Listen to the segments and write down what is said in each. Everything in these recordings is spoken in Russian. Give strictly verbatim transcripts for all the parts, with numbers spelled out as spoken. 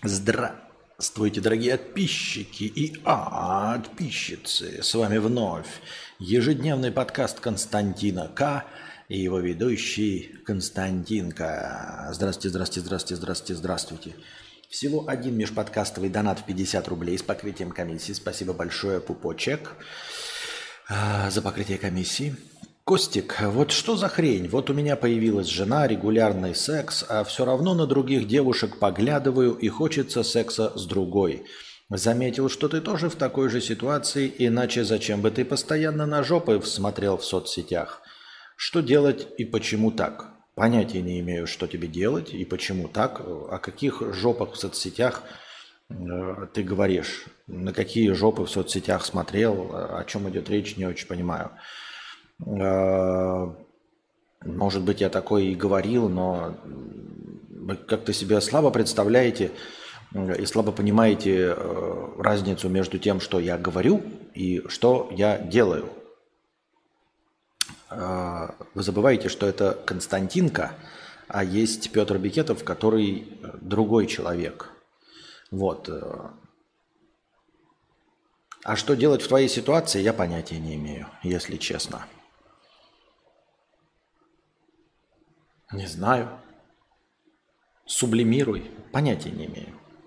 Здравствуйте, дорогие подписчики и подписчицы. С вами вновь ежедневный подкаст Константина К. и его ведущий Константинка. Здравствуйте, здравствуйте, здравствуйте, здравствуйте, здравствуйте. Всего один межподкастовый донат в пятьдесят рублей с покрытием комиссии. Спасибо большое, Пупочек, за покрытие комиссии. Костик, вот что за хрень? Вот у меня появилась жена, регулярный секс, а все равно на других девушек поглядываю и хочется секса с другой. Заметил, что ты тоже в такой же ситуации, иначе зачем бы ты постоянно на жопы смотрел в соцсетях? Что делать и почему так? Понятия не имею, что тебе делать и почему так. О каких жопах в соцсетях э, ты говоришь? На какие жопы в соцсетях смотрел? О чем идет речь, не очень понимаю. Может быть, я такое и говорил, но вы как-то себе слабо представляете и слабо понимаете разницу между тем, что я говорю и что я делаю. Вы забываете, что это Константинка, а есть Петр Бекетов, который другой человек. Вот. А что делать в твоей ситуации, я понятия не имею, если честно. Не знаю. Сублимируй. Понятия не имею.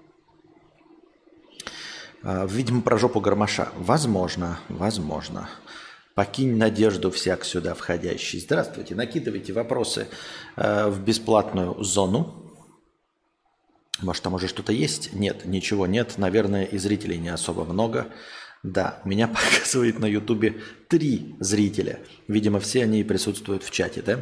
А, видимо, про жопу Гармаша. Возможно, возможно. Покинь надежду всяк сюда входящий. Здравствуйте. Накидывайте вопросы э, в бесплатную зону. Может, там уже что-то есть? Нет, ничего нет. Наверное, и зрителей не особо много. Да, меня показывает на Ютубе три зрителя. Видимо, все они и присутствуют в чате, да?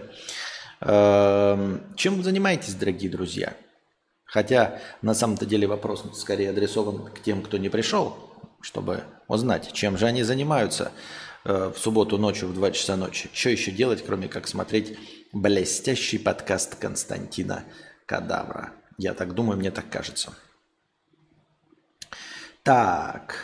Чем вы занимаетесь, дорогие друзья? Хотя на самом-то деле вопрос скорее адресован к тем, кто не пришел, чтобы узнать, чем же они занимаются в субботу ночью в два часа ночи. Что еще делать, кроме как смотреть блестящий подкаст Константина Кадавра? Я так думаю, мне так кажется. Так...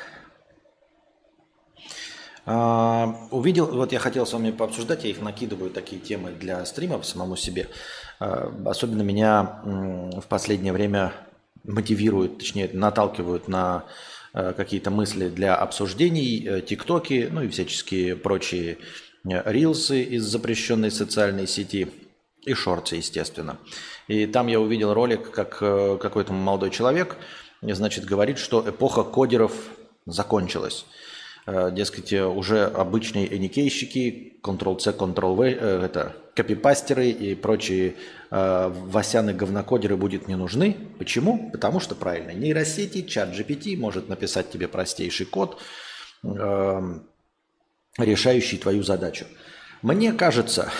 Uh, увидел, вот я хотел с вами пообсуждать, я их накидываю, такие темы для стримов самому себе. Uh, особенно меня um, в последнее время мотивируют, точнее наталкивают на uh, какие-то мысли для обсуждений, uh, тиктоки, ну и всяческие прочие uh, рилсы из запрещенной социальной сети и шорты, естественно. И там я увидел ролик, как uh, какой-то молодой человек, значит, говорит, что эпоха кодеров закончилась. Дескать, уже обычные эникейщики, контрол-C, контрол-V, это копипастеры и прочие э, васяны-говнокодеры будут не нужны. Почему? Потому что, правильно, нейросети, чат джи пи ти может написать тебе простейший код, э, решающий твою задачу. Мне кажется,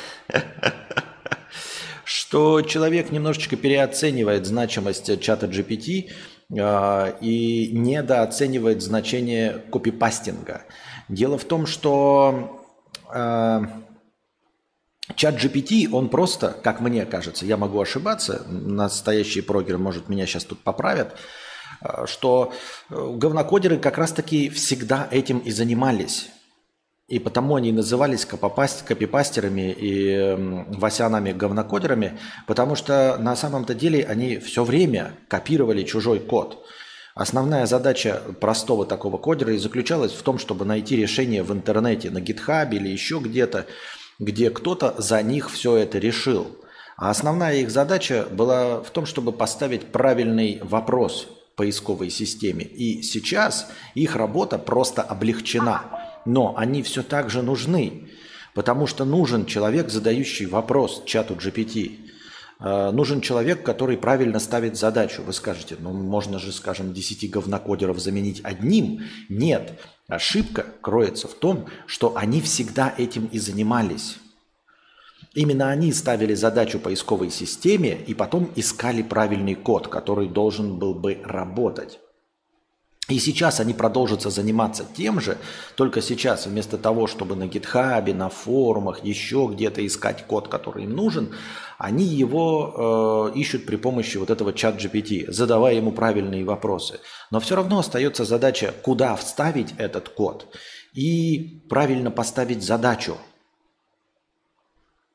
что человек немножечко переоценивает значимость чата джи пи ти и недооценивает значение копипастинга. Дело в том, что э, чат джи пи ти, он просто, как мне кажется, я могу ошибаться, настоящие прогеры, может, меня сейчас тут поправят, э, что говнокодеры как раз-таки всегда этим и занимались. И потому они назывались копипастерами и васянами-говнокодерами, потому что на самом-то деле они все время копировали чужой код. Основная задача простого такого кодера и заключалась в том, чтобы найти решение в интернете, на гитхабе или еще где-то, где кто-то за них все это решил. А основная их задача была в том, чтобы поставить правильный вопрос поисковой системе. И сейчас их работа просто облегчена. Но они все так же нужны, потому что нужен человек, задающий вопрос чату джи пи ти. Э, нужен человек, который правильно ставит задачу. Вы скажете, ну можно же, скажем, десять говнокодеров заменить одним. Нет, ошибка кроется в том, что они всегда этим и занимались. Именно они ставили задачу поисковой системе и потом искали правильный код, который должен был бы работать. И сейчас они продолжат заниматься тем же, только сейчас вместо того, чтобы на гитхабе, на форумах, еще где-то искать код, который им нужен, они его э, ищут при помощи вот этого чат джи пи ти, задавая ему правильные вопросы. Но все равно остается задача, куда вставить этот код и правильно поставить задачу.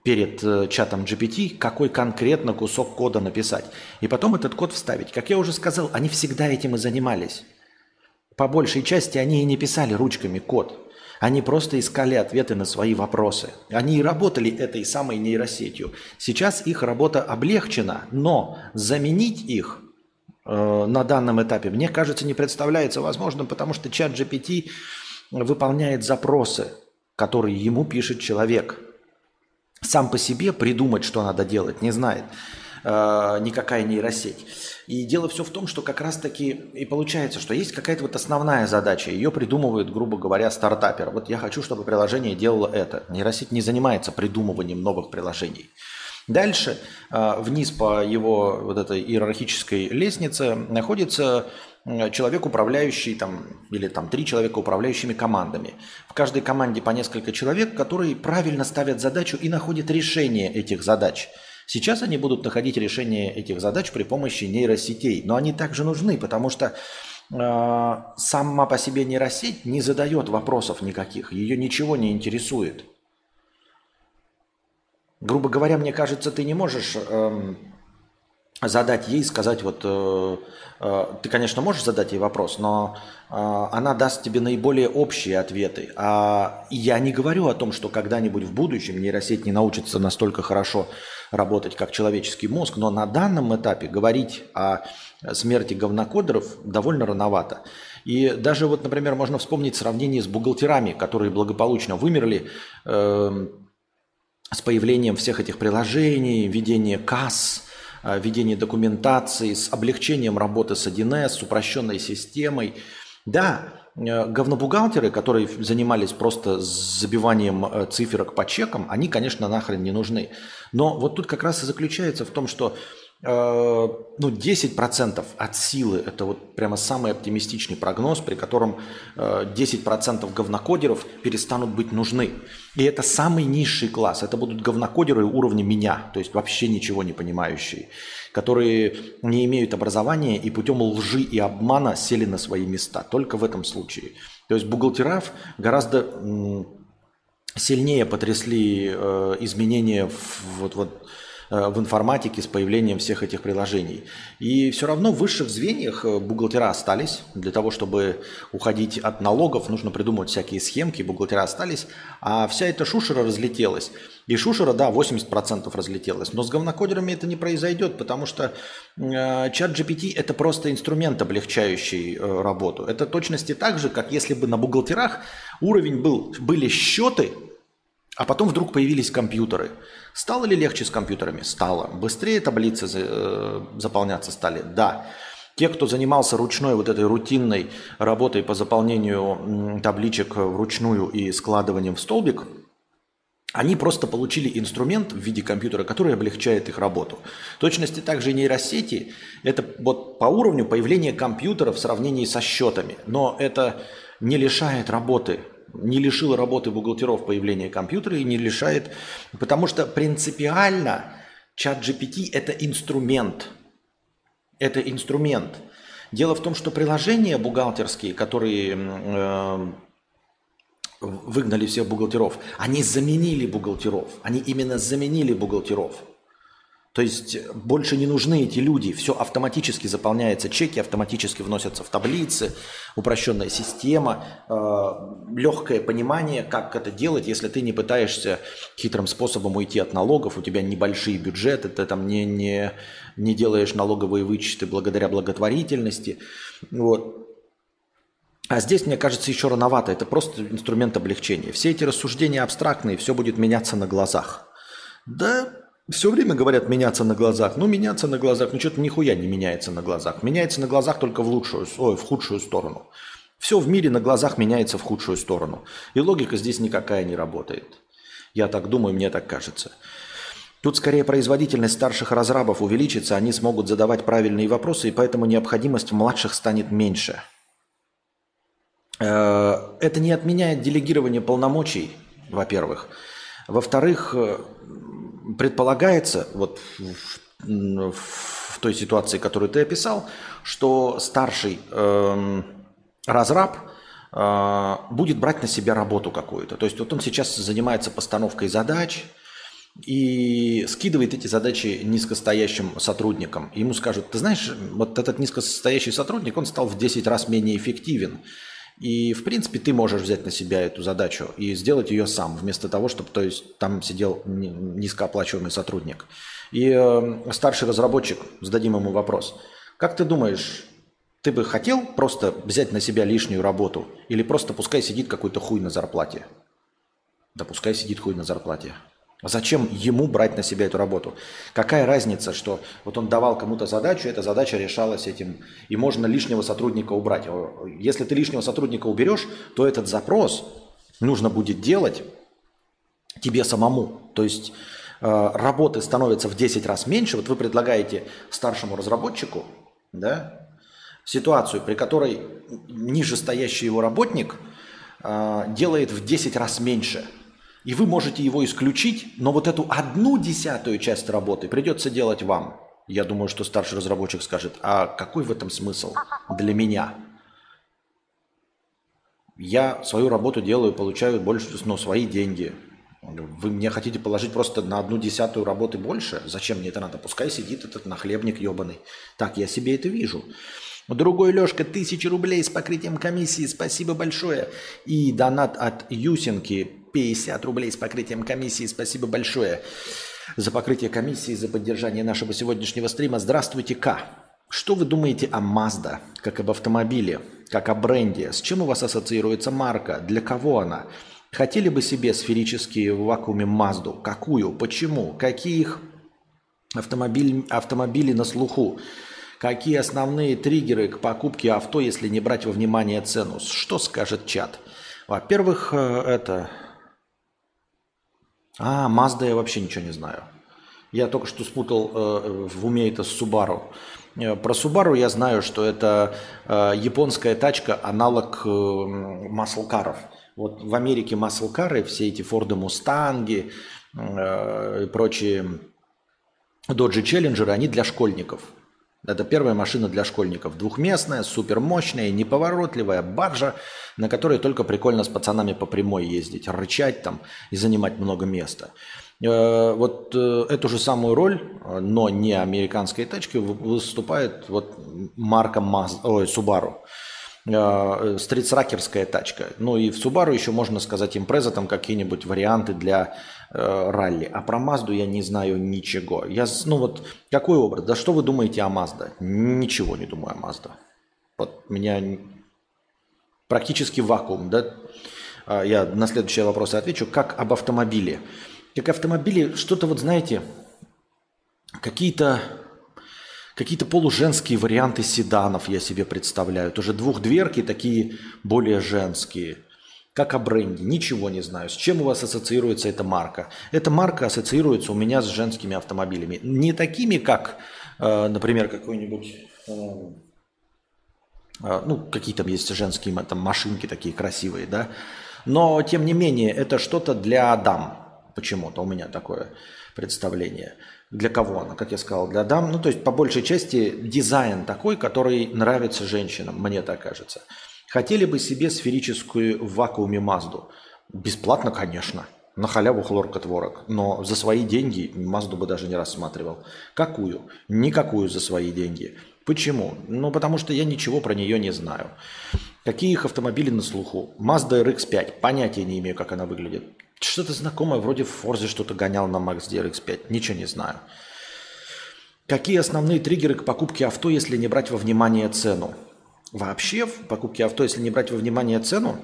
перед э, чатом джи пи ти, какой конкретно кусок кода написать. И потом этот код вставить. Как я уже сказал, они всегда этим и занимались. По большей части они и не писали ручками код. Они просто искали ответы на свои вопросы. Они и работали этой самой нейросетью. Сейчас их работа облегчена, но заменить их э, на данном этапе, мне кажется, не представляется возможным, потому что чат джи пи ти выполняет запросы, которые ему пишет человек. Сам по себе придумать, что надо делать, не знает э, никакая нейросеть. И дело все в том, что как раз-таки и получается, что есть какая-то вот основная задача. Ее придумывает, грубо говоря, стартапер. Вот я хочу, чтобы приложение делало это. Нейросеть не занимается придумыванием новых приложений. Дальше э, вниз по его вот этой иерархической лестнице находится человек, управляющий там, или там три человека, управляющими командами. В каждой команде по несколько человек, которые правильно ставят задачу и находят решение этих задач. Сейчас они будут находить решение этих задач при помощи нейросетей, но они также нужны, потому что э, сама по себе нейросеть не задает вопросов никаких, ее ничего не интересует. Грубо говоря, мне кажется, ты не можешь э, задать ей, сказать, вот, э, э, ты, конечно, можешь задать ей вопрос, но э, она даст тебе наиболее общие ответы. А я не говорю о том, что когда-нибудь в будущем нейросеть не научится настолько хорошо работать, как человеческий мозг, но на данном этапе говорить о смерти говнокодеров довольно рановато. И даже вот, например, можно вспомнить сравнение с бухгалтерами, которые благополучно вымерли э, с появлением всех этих приложений, ведения касс, ведение документации, с облегчением работы с один эс, с упрощенной системой. Да, говнобухгалтеры, которые занимались просто забиванием циферок по чекам, они, конечно, нахрен не нужны. Но вот тут как раз и заключается в том, что э, ну, десять процентов от силы – это вот прямо самый оптимистичный прогноз, при котором э, десять процентов говнокодеров перестанут быть нужны. И это самый низший класс. Это будут говнокодеры уровня меня, то есть вообще ничего не понимающие, которые не имеют образования и путем лжи и обмана сели на свои места. Только в этом случае. То есть бухгалтеров гораздо м, сильнее потрясли э, изменения в, вот, вот, э, в информатике с появлением всех этих приложений. И все равно в высших звеньях бухгалтера остались. Для того, чтобы уходить от налогов, нужно придумывать всякие схемки. Бухгалтера остались, а вся эта шушера разлетелась. И шушера, да, восемьдесят процентов разлетелась. Но с говнокодерами это не произойдет, потому что э, чат джи пи ти – это просто инструмент, облегчающий э, работу. Это точности так же, как если бы на бухгалтерах уровень был, были счеты, а потом вдруг появились компьютеры. Стало ли легче с компьютерами? Стало. Быстрее таблицы э, заполняться стали? Да. Те, кто занимался ручной вот этой рутинной работой по заполнению табличек вручную и складыванием в столбик, они просто получили инструмент в виде компьютера, который облегчает их работу. В точности также и нейросети – это вот по уровню появления компьютера в сравнении со счетами. Но это не лишает работы, не лишило работы бухгалтеров появления компьютера и не лишает, потому что принципиально чат джи пи ти – это инструмент. Это инструмент. Дело в том, что приложения бухгалтерские, которые э, выгнали всех бухгалтеров, они заменили бухгалтеров. Они именно заменили бухгалтеров. То есть больше не нужны эти люди. Все автоматически заполняется, чеки автоматически вносятся в таблицы, упрощенная система, э, легкое понимание, как это делать, если ты не пытаешься хитрым способом уйти от налогов, у тебя небольшие бюджеты, ты там не, не, не делаешь налоговые вычеты благодаря благотворительности. Вот. А здесь, мне кажется, еще рановато. Это просто инструмент облегчения. Все эти рассуждения абстрактные, все будет меняться на глазах. Да, все время говорят меняться на глазах. Ну, меняться на глазах, ну что-то нихуя не меняется на глазах. Меняется на глазах только в лучшую, ой, в худшую сторону. Все в мире на глазах меняется в худшую сторону. И логика здесь никакая не работает. Я так думаю, мне так кажется. Тут скорее производительность старших разрабов увеличится, они смогут задавать правильные вопросы, и поэтому необходимость в младших станет меньше. Это не отменяет делегирование полномочий, во-первых. Во-вторых, предполагается, вот в, в той ситуации, которую ты описал, что старший э, разраб э, будет брать на себя работу какую-то. То есть вот он сейчас занимается постановкой задач, и скидывает эти задачи низкостоящим сотрудникам. И ему скажут, ты знаешь, вот этот низкостоящий сотрудник, он стал в десять раз менее эффективен. И, в принципе, ты можешь взять на себя эту задачу и сделать ее сам, вместо того, чтобы, то есть, там сидел низкооплачиваемый сотрудник. И э, старший разработчик, зададим ему вопрос. Как ты думаешь, ты бы хотел просто взять на себя лишнюю работу? Или просто пускай сидит какой-то хуй на зарплате? Да пускай сидит хуй на зарплате. Зачем ему брать на себя эту работу? Какая разница, что вот он давал кому-то задачу, эта задача решалась этим, и можно лишнего сотрудника убрать. Если ты лишнего сотрудника уберешь, то этот запрос нужно будет делать тебе самому. То есть э, работы становится в десять раз меньше. Вот вы предлагаете старшему разработчику, да, ситуацию, при которой нижестоящий его работник э, делает в десять раз меньше. И вы можете его исключить, но вот эту одну десятую часть работы придется делать вам. Я думаю, что старший разработчик скажет, а какой в этом смысл для меня? Я свою работу делаю, получаю больше, ну, свои деньги. Вы мне хотите положить просто на одну десятую работы больше? Зачем мне это надо? Пускай сидит этот нахлебник ебаный. Так, я себе это вижу. Другой Лешка, тысяча рублей с покрытием комиссии, спасибо большое. И донат от Юсинки, пятьдесят рублей с покрытием комиссии, спасибо большое за покрытие комиссии, за поддержание нашего сегодняшнего стрима. Здравствуйте, К. Что вы думаете о Mazda, как об автомобиле, как о бренде? С чем у вас ассоциируется марка? Для кого она? Хотели бы себе сферические в вакууме Mazda? Какую? Почему? Каких автомобиль, автомобили на слуху? Какие основные триггеры к покупке авто, если не брать во внимание цену? Что скажет чат? Во-первых, это... А, Mazda я вообще ничего не знаю. Я только что спутал э, в уме это с Subaru. Про Subaru я знаю, что это э, японская тачка, аналог э, маслкаров. Вот в Америке маслкары, все эти Форды Мустанги э, и прочие Доджи Челленджеры, они для школьников. Это первая машина для школьников. Двухместная, супермощная, неповоротливая баржа, на которой только прикольно с пацанами по прямой ездить, рычать там и занимать много места. Вот эту же самую роль, но не американской тачки, выступает вот марка Mazda, ой, Subaru. Стритсракерская тачка. Ну и в Subaru еще можно сказать импреза, там какие-нибудь варианты для э, ралли. А про Mazda я не знаю ничего. Я, ну вот, какой образ? Да что вы думаете о Mazda? Ничего не думаю о Mazda. Вот меня практически вакуум, да? Я на следующие вопросы отвечу. Как об автомобиле? Как автомобиле, что-то вот, знаете, какие-то... Какие-то полуженские варианты седанов я себе представляю. Тоже двухдверки такие более женские. Как о бренде. Ничего не знаю. С чем у вас ассоциируется эта марка? Эта марка ассоциируется у меня с женскими автомобилями. Не такими, как, э, например, какой-нибудь... Э, э, ну, какие там есть женские там, машинки такие красивые, да? Но, тем не менее, это что-то для дам. Почему-то у меня такое представление. Для кого она, как я сказал, для дам. Ну, то есть, по большей части, дизайн такой, который нравится женщинам, мне так кажется. Хотели бы себе сферическую в вакууме Мазду? Бесплатно, конечно. На халяву хлоркотворог. Но за свои деньги Мазду бы даже не рассматривал. Какую? Никакую за свои деньги. Почему? Ну, потому что я ничего про нее не знаю. Какие их автомобили на слуху? Mazda эр икс пять. Понятия не имею, как она выглядит. Что-то знакомое, вроде в Форзе что-то гонял на Mazda эр икс пять. Ничего не знаю. Какие основные триггеры к покупке авто, если не брать во внимание цену? Вообще, в покупке авто, если не брать во внимание цену,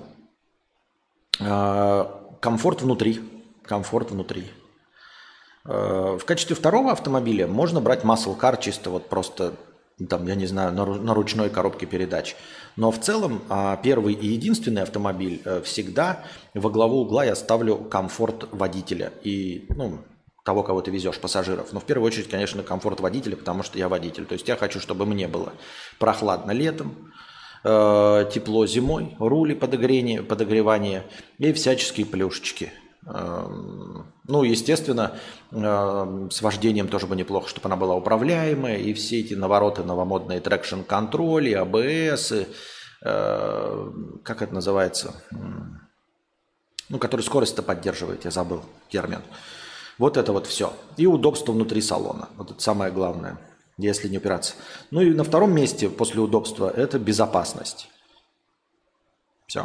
э, комфорт внутри. Комфорт внутри. Э, в качестве второго автомобиля можно брать muscle car, чисто вот просто, там, я не знаю, на, на ручной коробке передач. Но в целом первый и единственный автомобиль всегда во главу угла я ставлю комфорт водителя и ну, того, кого ты везешь, пассажиров. Но в первую очередь, конечно, комфорт водителя, потому что я водитель. То есть я хочу, чтобы мне было прохладно летом, э, тепло зимой, рули подогрение, подогревание и всяческие плюшечки. Э, ну, естественно, э, с вождением тоже бы неплохо, чтобы она была управляемая, и все эти навороты, новомодные трекшн-контроли, а бэ эс, э, как это называется, ну, который скорость-то поддерживает, я забыл термин. Вот это вот все. И удобство внутри салона. Вот это самое главное, если не упираться. Ну и на втором месте после удобства это безопасность. Все.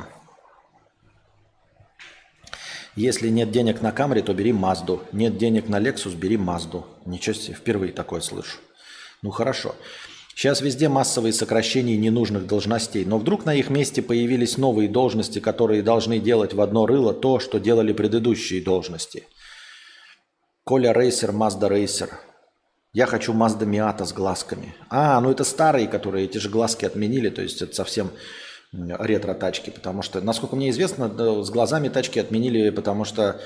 Если нет денег на Камри, то бери Мазду. Нет денег на Lexus, бери Мазду. Ничего себе, впервые такое слышу. Ну хорошо. Сейчас везде массовые сокращения ненужных должностей, но вдруг на их месте появились новые должности, которые должны делать в одно рыло то, что делали предыдущие должности. Коля Рейсер, Мазда Рейсер. Я хочу Мазда Миата с глазками. А, ну это старые, которые эти же глазки отменили, то есть это совсем ретро-тачки, потому что, насколько мне известно, с глазами тачки отменили, потому что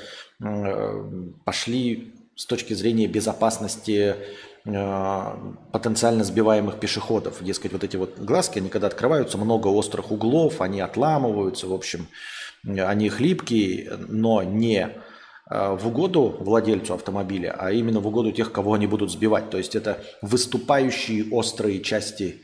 пошли с точки зрения безопасности потенциально сбиваемых пешеходов. Дескать, вот эти вот глазки, они когда открываются, много острых углов, они отламываются, в общем, они хлипкие, но не в угоду владельцу автомобиля, а именно в угоду тех, кого они будут сбивать. То есть это выступающие острые части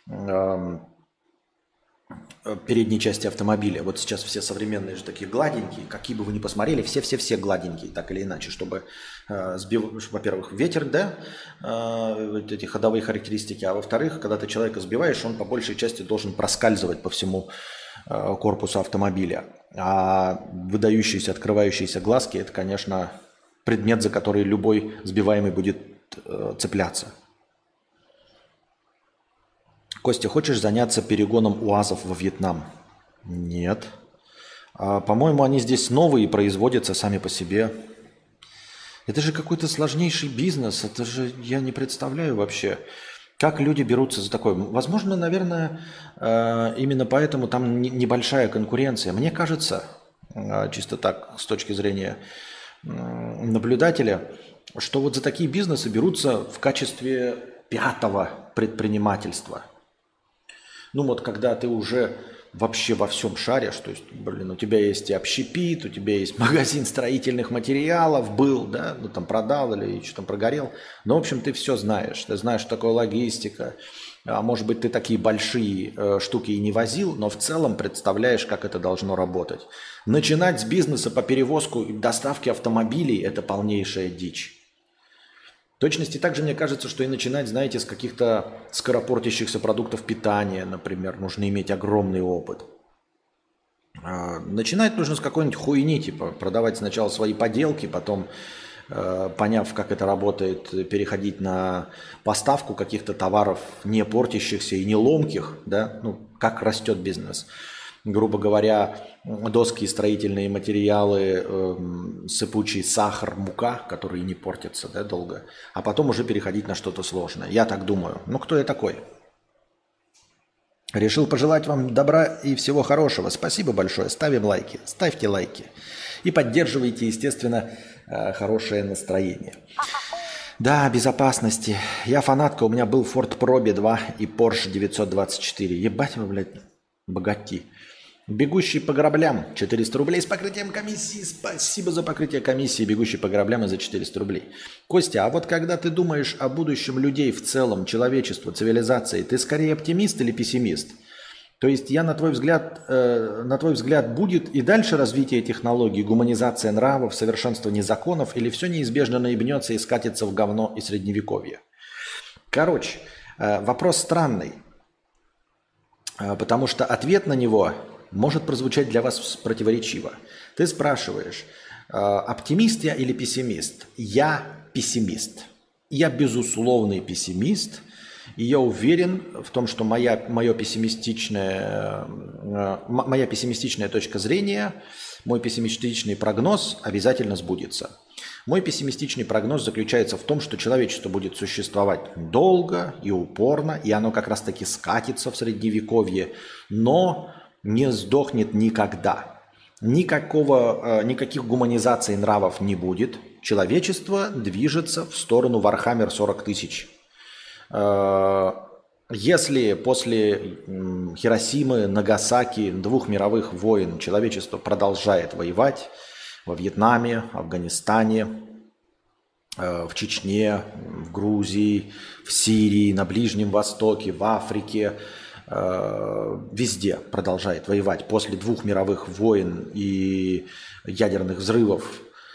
передней части автомобиля. Вот сейчас все современные же такие гладенькие, какие бы вы ни посмотрели, все-все-все гладенькие, так или иначе, чтобы э, сбив... во-первых, ветер, да, э, вот эти ходовые характеристики, а во-вторых, когда ты человека сбиваешь, он по большей части должен проскальзывать по всему э, корпусу автомобиля. А выдающиеся, открывающиеся глазки, это, конечно, предмет, за который любой сбиваемый будет э, цепляться. Костя, хочешь заняться перегоном УАЗов во Вьетнам? Нет. А, по-моему, они здесь новые и производятся сами по себе. Это же какой-то сложнейший бизнес. Это же я не представляю вообще, как люди берутся за такое. Возможно, наверное, именно поэтому там небольшая конкуренция. Мне кажется, чисто так, с точки зрения наблюдателя, что вот за такие бизнесы берутся в качестве пятого предпринимательства. Ну вот когда ты уже вообще во всем шаришь, то есть, блин, у тебя есть и общепит, у тебя есть магазин строительных материалов, был, да, ну там продал или что там прогорел, но в общем ты все знаешь, ты знаешь, что такое логистика, а может быть ты такие большие э, штуки и не возил, но в целом представляешь, как это должно работать. Начинать с бизнеса по перевозку и доставке автомобилей – это полнейшая дичь. В точности также мне кажется, что и начинать, знаете, с каких-то скоропортящихся продуктов питания, например, нужно иметь огромный опыт. Начинать нужно с какой-нибудь хуйни, типа продавать сначала свои поделки, потом, поняв, как это работает, переходить на поставку каких-то товаров не портящихся и не ломких, да, ну, как растет бизнес. Грубо говоря, доски, строительные материалы, э, сыпучий сахар, мука, которые не портятся, да, долго, а потом уже переходить на что-то сложное. Я так думаю. Ну, кто я такой? Решил пожелать вам добра и всего хорошего. Спасибо большое. Ставим лайки. Ставьте лайки. И поддерживайте, естественно, э, хорошее настроение. Да, безопасности. Я фанатка. У меня был Ford Probe два и Porsche девятьсот двадцать четыре. Ебать вы, блядь, богати. Бегущий по граблям, четыреста рублей с покрытием комиссии. Спасибо за покрытие комиссии, бегущий по граблям и за четыреста рублей. Костя, а вот когда ты думаешь о будущем людей в целом, человечества, цивилизации, ты скорее оптимист или пессимист? То есть я, на твой взгляд, э, на твой взгляд, будет и дальше развитие технологий, гуманизация нравов, совершенствование законов, или все неизбежно наебнется и скатится в говно и средневековье? Короче, э, вопрос странный, э, потому что ответ на него может прозвучать для вас противоречиво. Ты спрашиваешь, оптимист я или пессимист? Я пессимист. Я безусловный пессимист. И я уверен в том, что моя, моя, пессимистичная, моя пессимистичная точка зрения, мой пессимистичный прогноз обязательно сбудется. Мой пессимистичный прогноз заключается в том, что человечество будет существовать долго и упорно, и оно как раз-таки скатится в средневековье, но не сдохнет никогда. Никакого, никаких гуманизаций нравов не будет. Человечество движется в сторону Вархаммер сорок тысяч. Если после Хиросимы, Нагасаки, двух мировых войн человечество продолжает воевать во Вьетнаме, Афганистане, в Чечне, в Грузии, в Сирии, на Ближнем Востоке, в Африке, везде продолжает воевать после двух мировых войн и ядерных взрывов,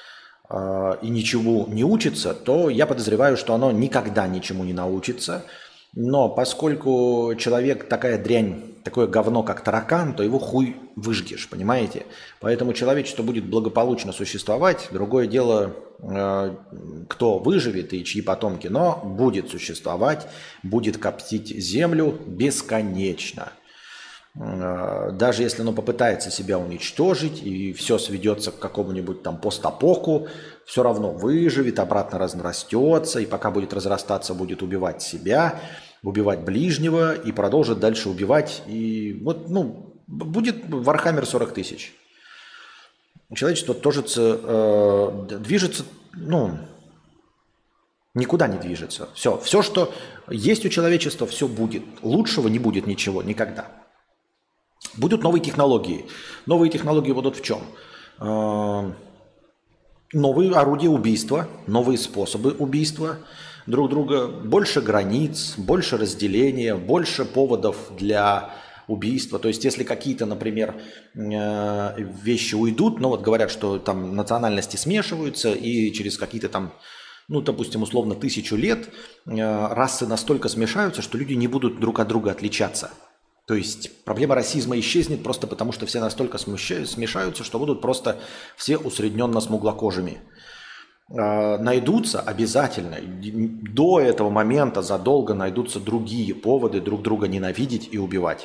э, и ничего не учится, то я подозреваю, что оно никогда ничему не научится. Но поскольку человек такая дрянь, такое говно, как таракан, то его хуй выжгешь, понимаете? Поэтому человечество будет благополучно существовать. Другое дело, э, кто выживет и чьи потомки, но будет существовать, будет коптить землю бесконечно. Э, даже если оно попытается себя уничтожить и все сведется к какому-нибудь там постапоку, все равно выживет, обратно разрастется, и пока будет разрастаться, будет убивать себя, убивать ближнего и продолжит дальше убивать. И вот, ну, будет Вархаммер сорок тысяч. Человечество тоже э, движется, ну, никуда не движется. Все, все, что есть у человечества, все будет. Лучшего не будет ничего, никогда. Будут новые технологии. Новые технологии будут в чем? Э, Новые орудия убийства, новые способы убийства друг друга, больше границ, больше разделения, больше поводов для убийства. То есть если какие-то, например, вещи уйдут, ну вот говорят, что там национальности смешиваются, и через какие-то там, ну, допустим, условно, тысячу лет расы настолько смешаются, что люди не будут друг от друга отличаться. То есть проблема расизма исчезнет просто потому, что все настолько смешаются, что будут просто все усредненно смуглокожими. Найдутся обязательно, до этого момента задолго найдутся другие поводы друг друга ненавидеть и убивать.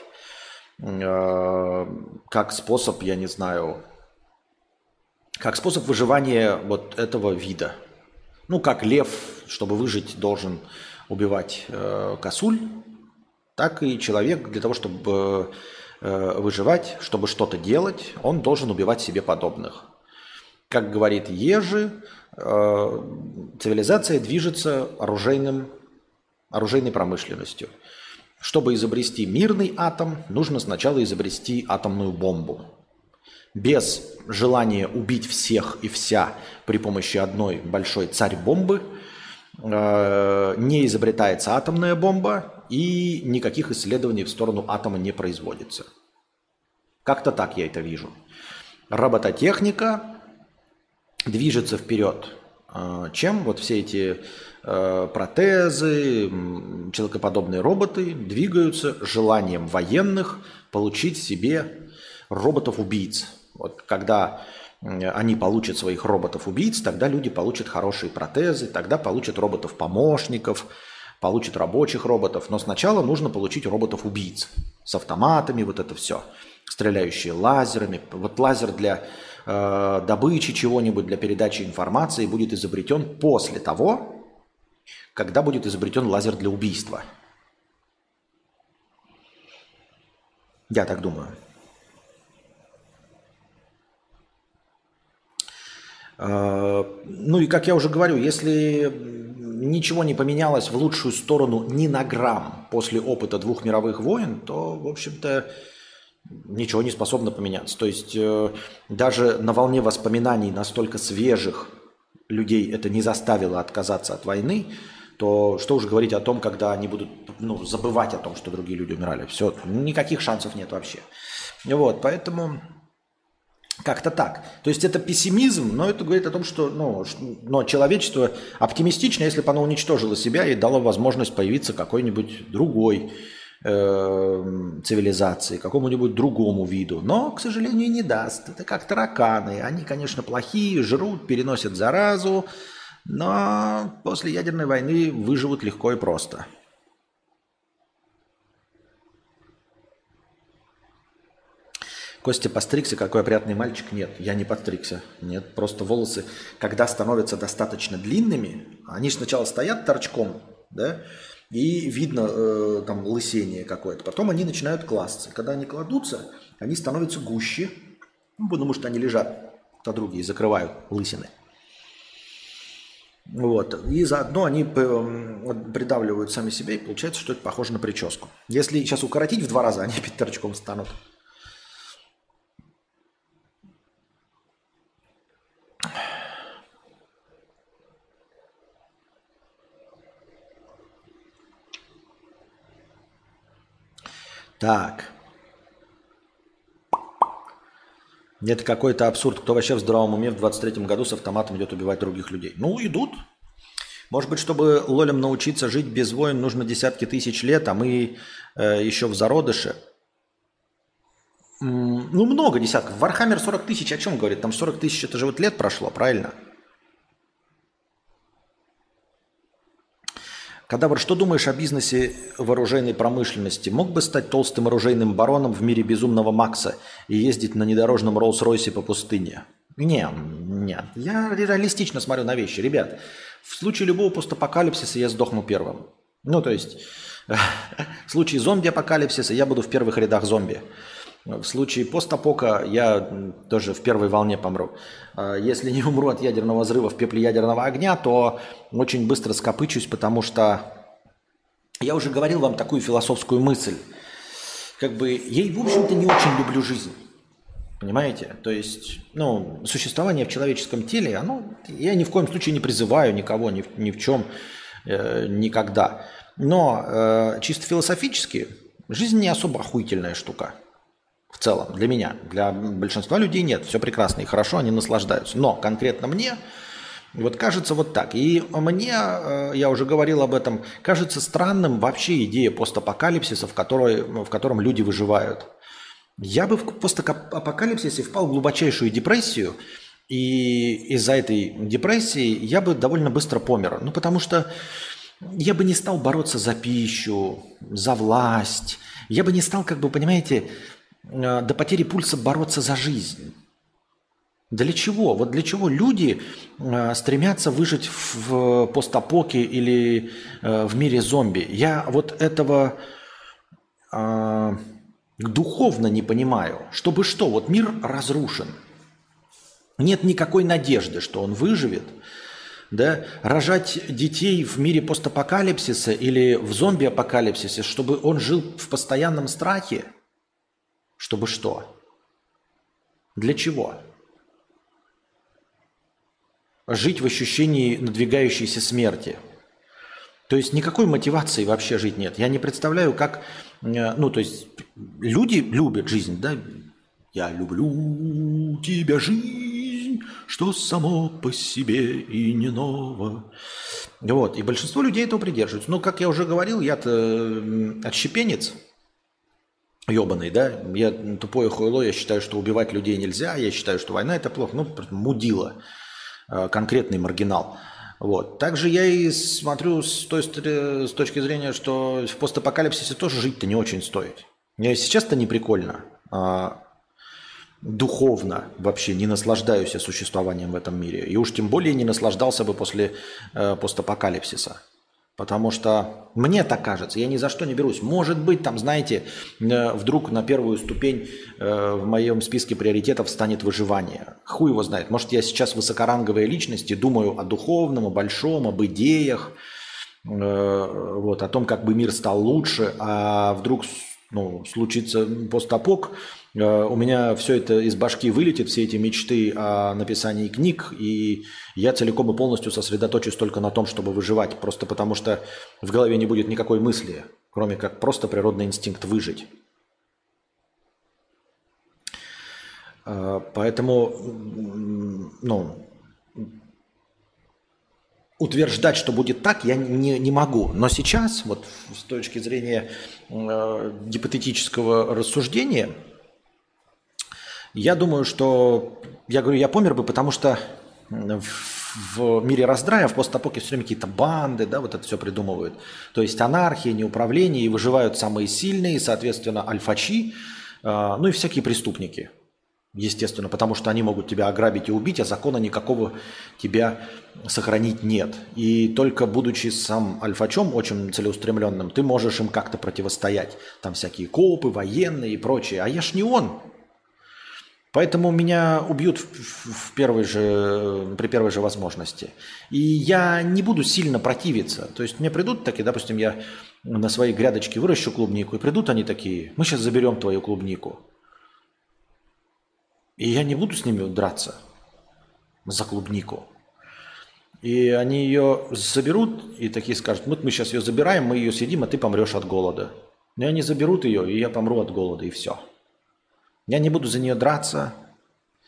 Как способ, я не знаю, как способ выживания вот этого вида. Ну, как лев, чтобы выжить, должен убивать косуль. Так и человек для того, чтобы э, выживать, чтобы что-то делать, он должен убивать себе подобных. Как говорит Ежи, э, цивилизация движется оружейным, оружейной промышленностью. Чтобы изобрести мирный атом, нужно сначала изобрести атомную бомбу. Без желания убить всех и вся при помощи одной большой царь-бомбы э, не изобретается атомная бомба, и никаких исследований в сторону атома не производится. Как-то так я это вижу. Робототехника движется вперед. Чем вот все эти протезы, человекоподобные роботы двигаются желанием военных получить себе роботов-убийц. Вот когда они получат своих роботов-убийц, тогда люди получат хорошие протезы, тогда получат роботов-помощников, получат рабочих роботов, но сначала нужно получить роботов-убийц с автоматами, вот это все, стреляющие лазерами. Вот лазер для э, добычи чего-нибудь, для передачи информации будет изобретен после того, когда будет изобретен лазер для убийства. Я так думаю. Э, ну и как я уже говорю, если ничего не поменялось в лучшую сторону ни на грамм после опыта двух мировых войн, то, в общем-то, ничего не способно поменяться. То есть э, даже на волне воспоминаний настолько свежих людей это не заставило отказаться от войны, то что уж говорить о том, когда они будут, ну, забывать о том, что другие люди умирали. Все, никаких шансов нет вообще. Вот, поэтому... Как-то так. То есть это пессимизм, но это говорит о том, что ну, но человечество оптимистично, если бы оно уничтожило себя и дало возможность появиться какой-нибудь другой э, цивилизации, какому-нибудь другому виду. Но, к сожалению, не даст. Это как тараканы. Они, конечно, плохие, жрут, переносят заразу, но после ядерной войны выживут легко и просто. Костя постригся, какой опрятный мальчик. Нет, я не подстригся. Нет, просто волосы, когда становятся достаточно длинными, они сначала стоят торчком, да, и видно э, там лысение какое-то. Потом они начинают класться. Когда они кладутся, они становятся гуще, ну, потому что они лежат то други и закрывают лысины. Вот. И заодно они придавливают сами себя, и получается, что это похоже на прическу. Если сейчас укоротить в два раза, они опять торчком станут. Так. Это какой-то абсурд. Кто вообще в здравом уме в двадцать третьем году с автоматом идет убивать других людей? Ну, идут. Может быть, чтобы лолям научиться жить без войн, нужно десятки тысяч лет, а мы э, еще в зародыше. М, Ну, много десятков. Вархаммер сорок тысяч, о чем говорит? Там сорок тысяч, это же вот лет прошло, правильно? Кадавр, что думаешь о бизнесе в оружейной промышленности? Мог бы стать толстым оружейным бароном в мире безумного Макса и ездить на недорожном Роллс-Ройсе по пустыне? Не, нет. Я реалистично смотрю на вещи. Ребят, в случае любого постапокалипсиса я сдохну первым. Ну, то есть, в случае зомби-апокалипсиса я буду в первых рядах зомби. В случае постапока я тоже в первой волне помру. Если не умру от ядерного взрыва в пепле ядерного огня, то очень быстро скопычусь, потому что я уже говорил вам такую философскую мысль. Как бы я, в общем-то, не очень люблю жизнь. Понимаете? То есть, ну, существование в человеческом теле, оно, я ни в коем случае не призываю никого, ни в, ни в чем, э, никогда. Но э, чисто философически жизнь не особо охуительная штука. В целом, для меня. Для большинства людей нет. Все прекрасно и хорошо, они наслаждаются. Но конкретно мне вот кажется вот так. И мне, э, я уже говорил об этом, кажется странным вообще идея постапокалипсиса, в, которой, в котором люди выживают. Я бы в постапокалипсисе впал в глубочайшую депрессию, и из-за этой депрессии я бы довольно быстро помер. Ну, потому что я бы не стал бороться за пищу, за власть. Я бы не стал, как бы, понимаете, до потери пульса бороться за жизнь. Для чего? Вот для чего люди стремятся выжить в постапоке или в мире зомби? Я вот этого духовно не понимаю. Чтобы что? Вот мир разрушен. Нет никакой надежды, что он выживет. Да? Рожать детей в мире постапокалипсиса или в зомби-апокалипсисе, чтобы он жил в постоянном страхе. Чтобы что? Для чего? Жить в ощущении надвигающейся смерти. То есть никакой мотивации вообще жить нет. Я не представляю, как... Ну, то есть люди любят жизнь, да? Я люблю тебя, жизнь, что само по себе и не ново. Вот. И большинство людей этого придерживаются. Но, как я уже говорил, я-то отщепенец. Ёбаный, да? Я тупое хуйло, я считаю, что убивать людей нельзя, я считаю, что война это плохо, ну, мудила, конкретный маргинал. Вот. Также я и смотрю с той с точки зрения, что в постапокалипсисе тоже жить-то не очень стоит. Я сейчас-то не прикольно, а духовно вообще не наслаждаюсь я существованием в этом мире. И уж тем более не наслаждался бы после э, постапокалипсиса. Потому что мне так кажется, я ни за что не берусь. Может быть, там, знаете, вдруг на первую ступень в моем списке приоритетов станет выживание. Хуй его знает. Может, я сейчас высокоранговая личность и думаю о духовном, о большом, об идеях, вот, о том, как бы мир стал лучше, а вдруг ну, случится постапок, у меня все это из башки вылетит, все эти мечты о написании книг, и я целиком и полностью сосредоточусь только на том, чтобы выживать, просто потому что в голове не будет никакой мысли, кроме как просто природный инстинкт выжить. Поэтому, ну, утверждать, что будет так, я не, не могу. Но сейчас, вот с точки зрения э, гипотетического рассуждения, я думаю, что, я говорю, я помер бы, потому что в, в мире раздрая, в постапоке все время какие-то банды, да, вот это все придумывают. То есть анархия, неуправление, и выживают самые сильные, соответственно, альфачи, э, ну и всякие преступники. Естественно, потому что они могут тебя ограбить и убить, а закона никакого тебя сохранить нет. И только будучи сам альфачом, очень целеустремленным, ты можешь им как-то противостоять. Там всякие копы, военные и прочее. А я ж не он. Поэтому меня убьют в, в первой же, при первой же возможности. И я не буду сильно противиться. То есть мне придут такие, допустим, я на своей грядочке выращу клубнику, и придут они такие, мы сейчас заберем твою клубнику. И я не буду с ними драться за клубнику. И они ее заберут и такие скажут, вот мы сейчас ее забираем, мы ее съедим, а ты помрешь от голода. И они заберут ее, и я помру от голода, и все. Я не буду за нее драться.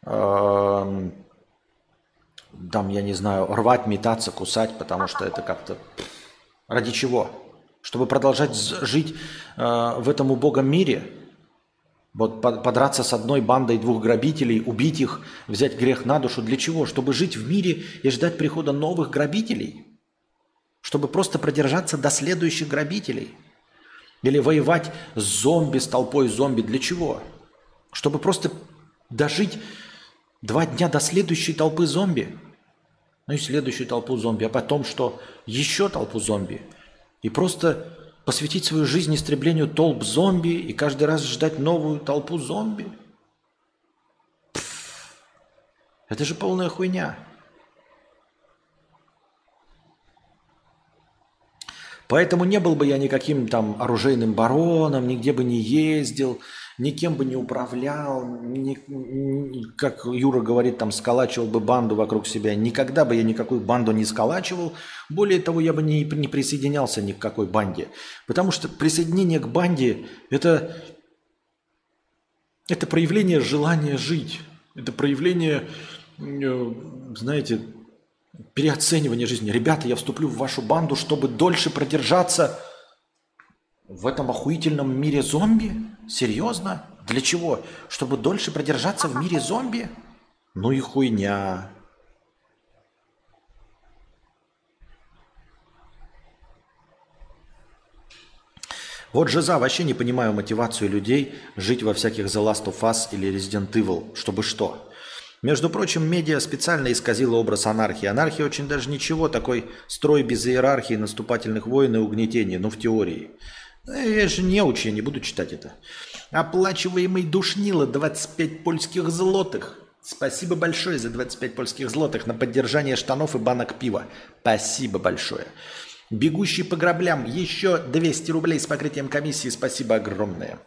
э, там, я не знаю, рвать, метаться, кусать, потому что это как-то... Ради чего? Чтобы продолжать жить э, в этом убогом мире? Вот подраться с одной бандой двух грабителей, убить их, взять грех на душу. Для чего? Чтобы жить в мире и ждать прихода новых грабителей? Чтобы просто продержаться до следующих грабителей? Или воевать с зомби, с толпой зомби? Для чего? Чтобы просто дожить два дня до следующей толпы зомби? Ну и следующую толпу зомби, а потом что? Еще толпу зомби. И просто посвятить свою жизнь истреблению толп зомби и каждый раз ждать новую толпу зомби? Пфф, это же полная хуйня. Поэтому не был бы я никаким там оружейным бароном, нигде бы не ездил, никем бы не управлял, ни, ни, как Юра говорит, там сколачивал бы банду вокруг себя. Никогда бы я никакую банду не сколачивал. Более того, я бы не, не присоединялся ни к какой банде. Потому что присоединение к банде это, – это проявление желания жить. Это проявление, знаете, переоценивания жизни. Ребята, я вступлю в вашу банду, чтобы дольше продержаться в этом охуительном мире зомби? Серьезно? Для чего? Чтобы дольше продержаться в мире зомби? Ну и хуйня. Вот Жиза, вообще не понимаю мотивацию людей жить во всяких The Last of Us или Resident Evil. Чтобы что? Между прочим, медиа специально исказила образ анархии. Анархия очень даже ничего, такой строй без иерархии, наступательных войн и угнетений, ну в теории. Я же не учу, я не буду читать это. Оплачиваемый душнило двадцать пять польских злотых. Спасибо большое за двадцать пять польских злотых на поддержание штанов и банок пива. Спасибо большое. Бегущий по граблям еще двести рублей с покрытием комиссии. Спасибо огромное.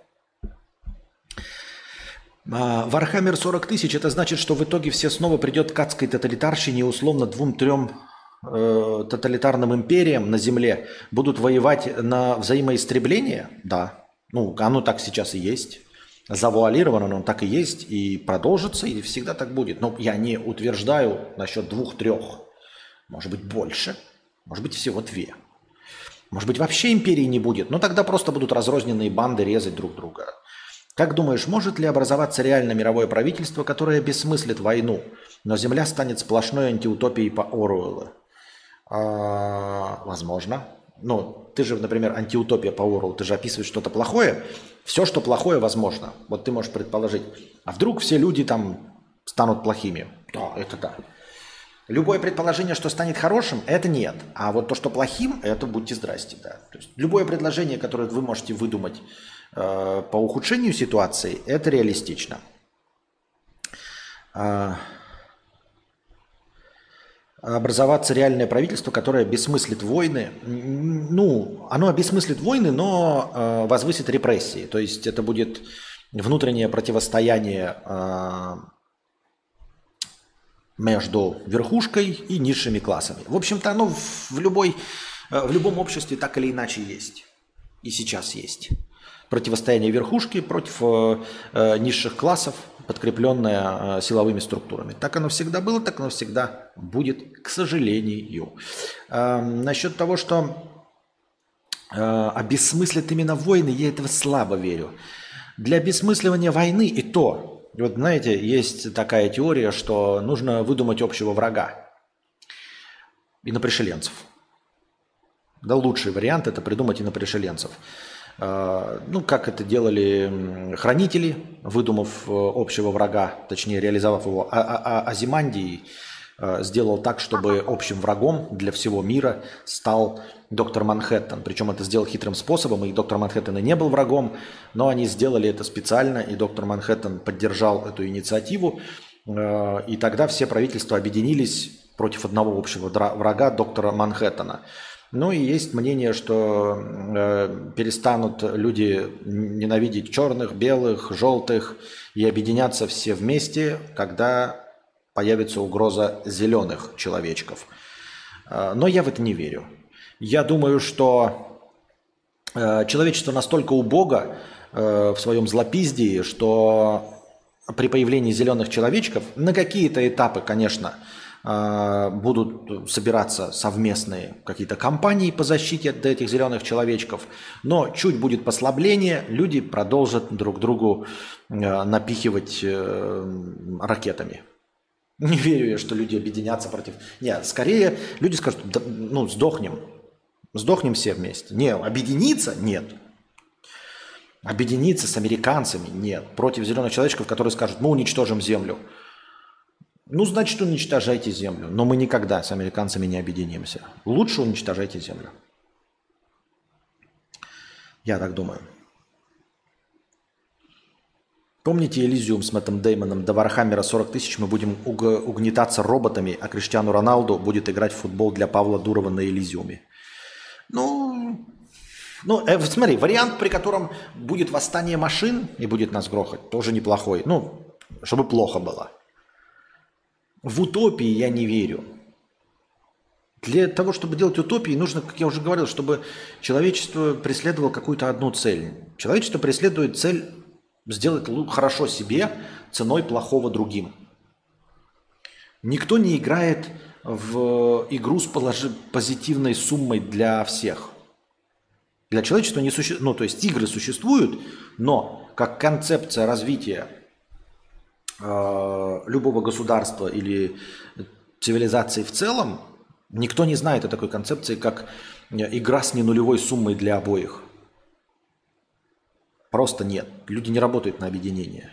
Вархаммер сорок тысяч, это значит, что в итоге все снова придет к адской тоталитарщине, условно двум-трем э, тоталитарным империям на земле будут воевать на взаимоистребление? Да. Ну, оно так сейчас и есть. Завуалировано, оно так и есть, и продолжится, и всегда так будет. Но я не утверждаю насчет двух-трех. Может быть, больше. Может быть, всего две. Может быть, вообще империи не будет. Но тогда просто будут разрозненные банды резать друг друга. Как думаешь, может ли образоваться реально мировое правительство, которое бессмыслит войну, но Земля станет сплошной антиутопией по Оруэллу? А, возможно. Ну, ты же, например, антиутопия по Оруэллу, ты же описываешь что-то плохое. Все, что плохое, возможно. Вот ты можешь предположить. А вдруг все люди там станут плохими? Да, это да. Любое предположение, что станет хорошим, это нет. А вот то, что плохим, это будьте здрасте. Да. То есть любое предложение, которое вы можете выдумать э, по ухудшению ситуации, это реалистично. А, образоваться реальное правительство, которое бессмыслит войны. Ну, оно обесмыслит войны, но э, возвысит репрессии. То есть это будет внутреннее противостояние э, между верхушкой и низшими классами. В общем-то, оно в, любой, в любом обществе так или иначе есть. И сейчас есть. Противостояние верхушки против э, низших классов, подкрепленное э, силовыми структурами. Так оно всегда было, так оно всегда будет, к сожалению. Э, насчет того, что э, обесмыслят именно войны, я этого слабо верю. Для обесмысливания войны и то... Вот знаете, есть такая теория, что нужно выдумать общего врага. Инопришеленцев. Да, лучший вариант – это придумать инопришеленцев. Ну, как это делали хранители, выдумав общего врага, точнее, реализовав его. А, а, а Азимандий сделал так, чтобы общим врагом для всего мира стал доктор Манхэттен. Причем это сделал хитрым способом, и доктор Манхэттен и не был врагом, но они сделали это специально, и доктор Манхэттен поддержал эту инициативу, и тогда все правительства объединились против одного общего врага, доктора Манхэттена. Ну и есть мнение, что э, перестанут люди ненавидеть черных, белых, желтых и объединяться все вместе, когда появится угроза зеленых человечков. Э, но я в это не верю. Я думаю, что э, человечество настолько убого э, в своем злопиздии, что при появлении зеленых человечков на какие-то этапы, конечно, э, будут собираться совместные какие-то кампании по защите от этих зеленых человечков, но чуть будет послабление, люди продолжат друг другу э, напихивать э, ракетами. Не верю я, что люди объединятся против... Нет, скорее люди скажут, да, ну, сдохнем. Сдохнем все вместе. Не, объединиться? Нет. Объединиться с американцами? Нет. Против зеленых человечков, которые скажут, мы уничтожим землю. Ну, значит, уничтожайте землю. Но мы никогда с американцами не объединимся. Лучше уничтожайте землю. Я так думаю. Помните Элизиум с Мэттом Деймоном? До Вархаммера сорок тысяч мы будем уг- угнетаться роботами, а Криштиану Роналду будет играть в футбол для Павла Дурова на Элизиуме. Ну, ну э, смотри, вариант, при котором будет восстание машин и будет нас грохать, тоже неплохой. Ну, чтобы плохо было. В утопии я не верю. Для того, чтобы делать утопии, нужно, как я уже говорил, чтобы человечество преследовало какую-то одну цель. Человечество преследует цель сделать хорошо себе ценой плохого другим. Никто не играет в игру с положи- позитивной суммой для всех. Для человечества не существует, ну то есть игры существуют, но как концепция развития э, любого государства или цивилизации в целом, никто не знает о такой концепции, как игра с ненулевой суммой для обоих. Просто нет. Люди не работают на объединение.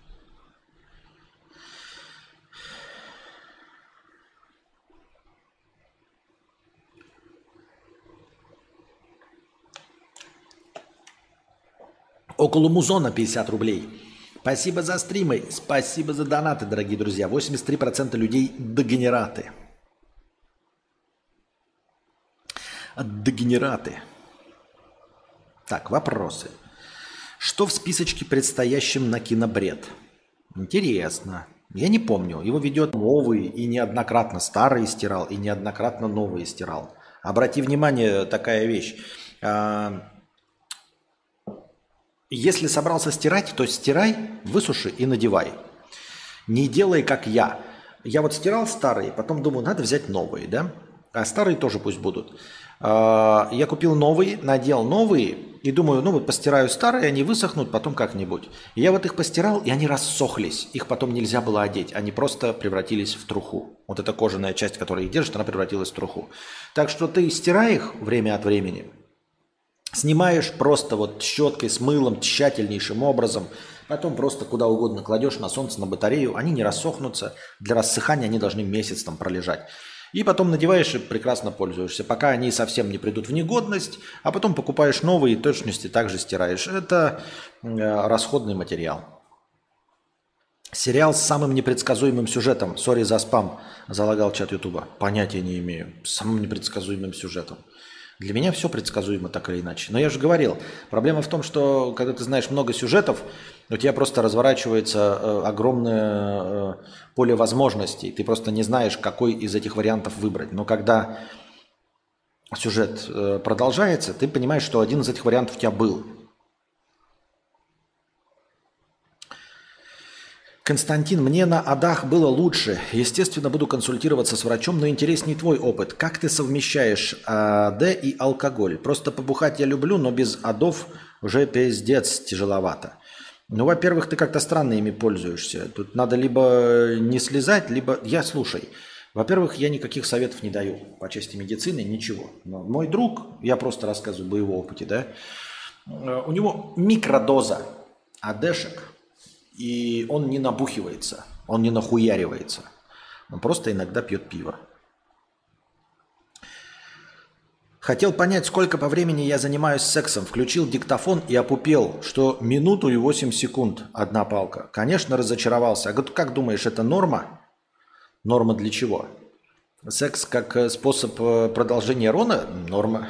Около Музона пятьдесят рублей. Спасибо за стримы, спасибо за донаты, дорогие друзья. восемьдесят три процента людей дегенераты. Дегенераты. Так, вопросы. Что в списочке предстоящем на кинобред? Интересно. Я не помню. Его ведет новый и неоднократно старые стирал, и неоднократно новые стирал. Обрати внимание, такая вещь. Если собрался стирать, то стирай, высуши и надевай. Не делай, как я. Я вот стирал старые, потом думаю, надо взять новые, да? А старые тоже пусть будут. Я купил новые, надел новые и думаю, ну вот постираю старые, они высохнут потом как-нибудь. И я вот их постирал, и они рассохлись. Их потом нельзя было одеть, они просто превратились в труху. Вот эта кожаная часть, которая их держит, она превратилась в труху. Так что ты стирай их время от времени, снимаешь просто вот щеткой с мылом тщательнейшим образом, потом просто куда угодно кладешь на солнце, на батарею, они не рассохнутся. Для рассыхания они должны месяц там пролежать. И потом надеваешь и прекрасно пользуешься, пока они совсем не придут в негодность, а потом покупаешь новые и точности также стираешь. Это э, расходный материал. Сериал с самым непредсказуемым сюжетом. Сори за спам, залагал чат Ютуба. Понятия не имею. С самым непредсказуемым сюжетом. Для меня все предсказуемо так или иначе. Но я же говорил, проблема в том, что когда ты знаешь много сюжетов, у тебя просто разворачивается э, огромное э, поле возможностей. Ты просто не знаешь, какой из этих вариантов выбрать. Но когда сюжет э, продолжается, ты понимаешь, что один из этих вариантов у тебя был. Константин, мне на АДАХ было лучше. Естественно, буду консультироваться с врачом, но интереснее твой опыт. Как ты совмещаешь АД и алкоголь? Просто побухать я люблю, но без АДов уже пиздец тяжеловато. Ну, во-первых, ты как-то странно ими пользуешься. Тут надо либо не слезать, либо... Я, слушай, во-первых, я никаких советов не даю по части медицины, ничего. Но мой друг, я просто рассказываю о боевом опыте, да, у него микродоза АДшек, и он не набухивается, он не нахуяривается. Он просто иногда пьет пиво. Хотел понять, сколько по времени я занимаюсь сексом. Включил диктофон и опупел, что минуту и восемь секунд одна палка. Конечно, разочаровался. А как думаешь, это норма? Норма для чего? Секс как способ продолжения рона? Норма.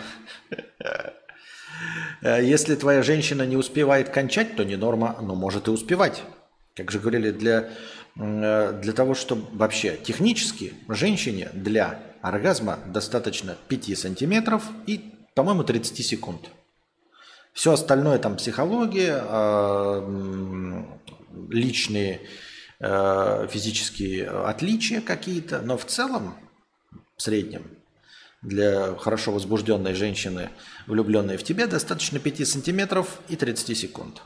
Если твоя женщина не успевает кончать, то не норма, но может и успевать. Как же говорили, для, для того, чтобы вообще технически женщине для оргазма достаточно пяти сантиметров и, по-моему, тридцати секунд. Все остальное там психология, личные э, физические отличия какие-то, но в целом, в среднем, для хорошо возбужденной женщины, влюбленной в тебя, достаточно пяти сантиметров и тридцати секунд.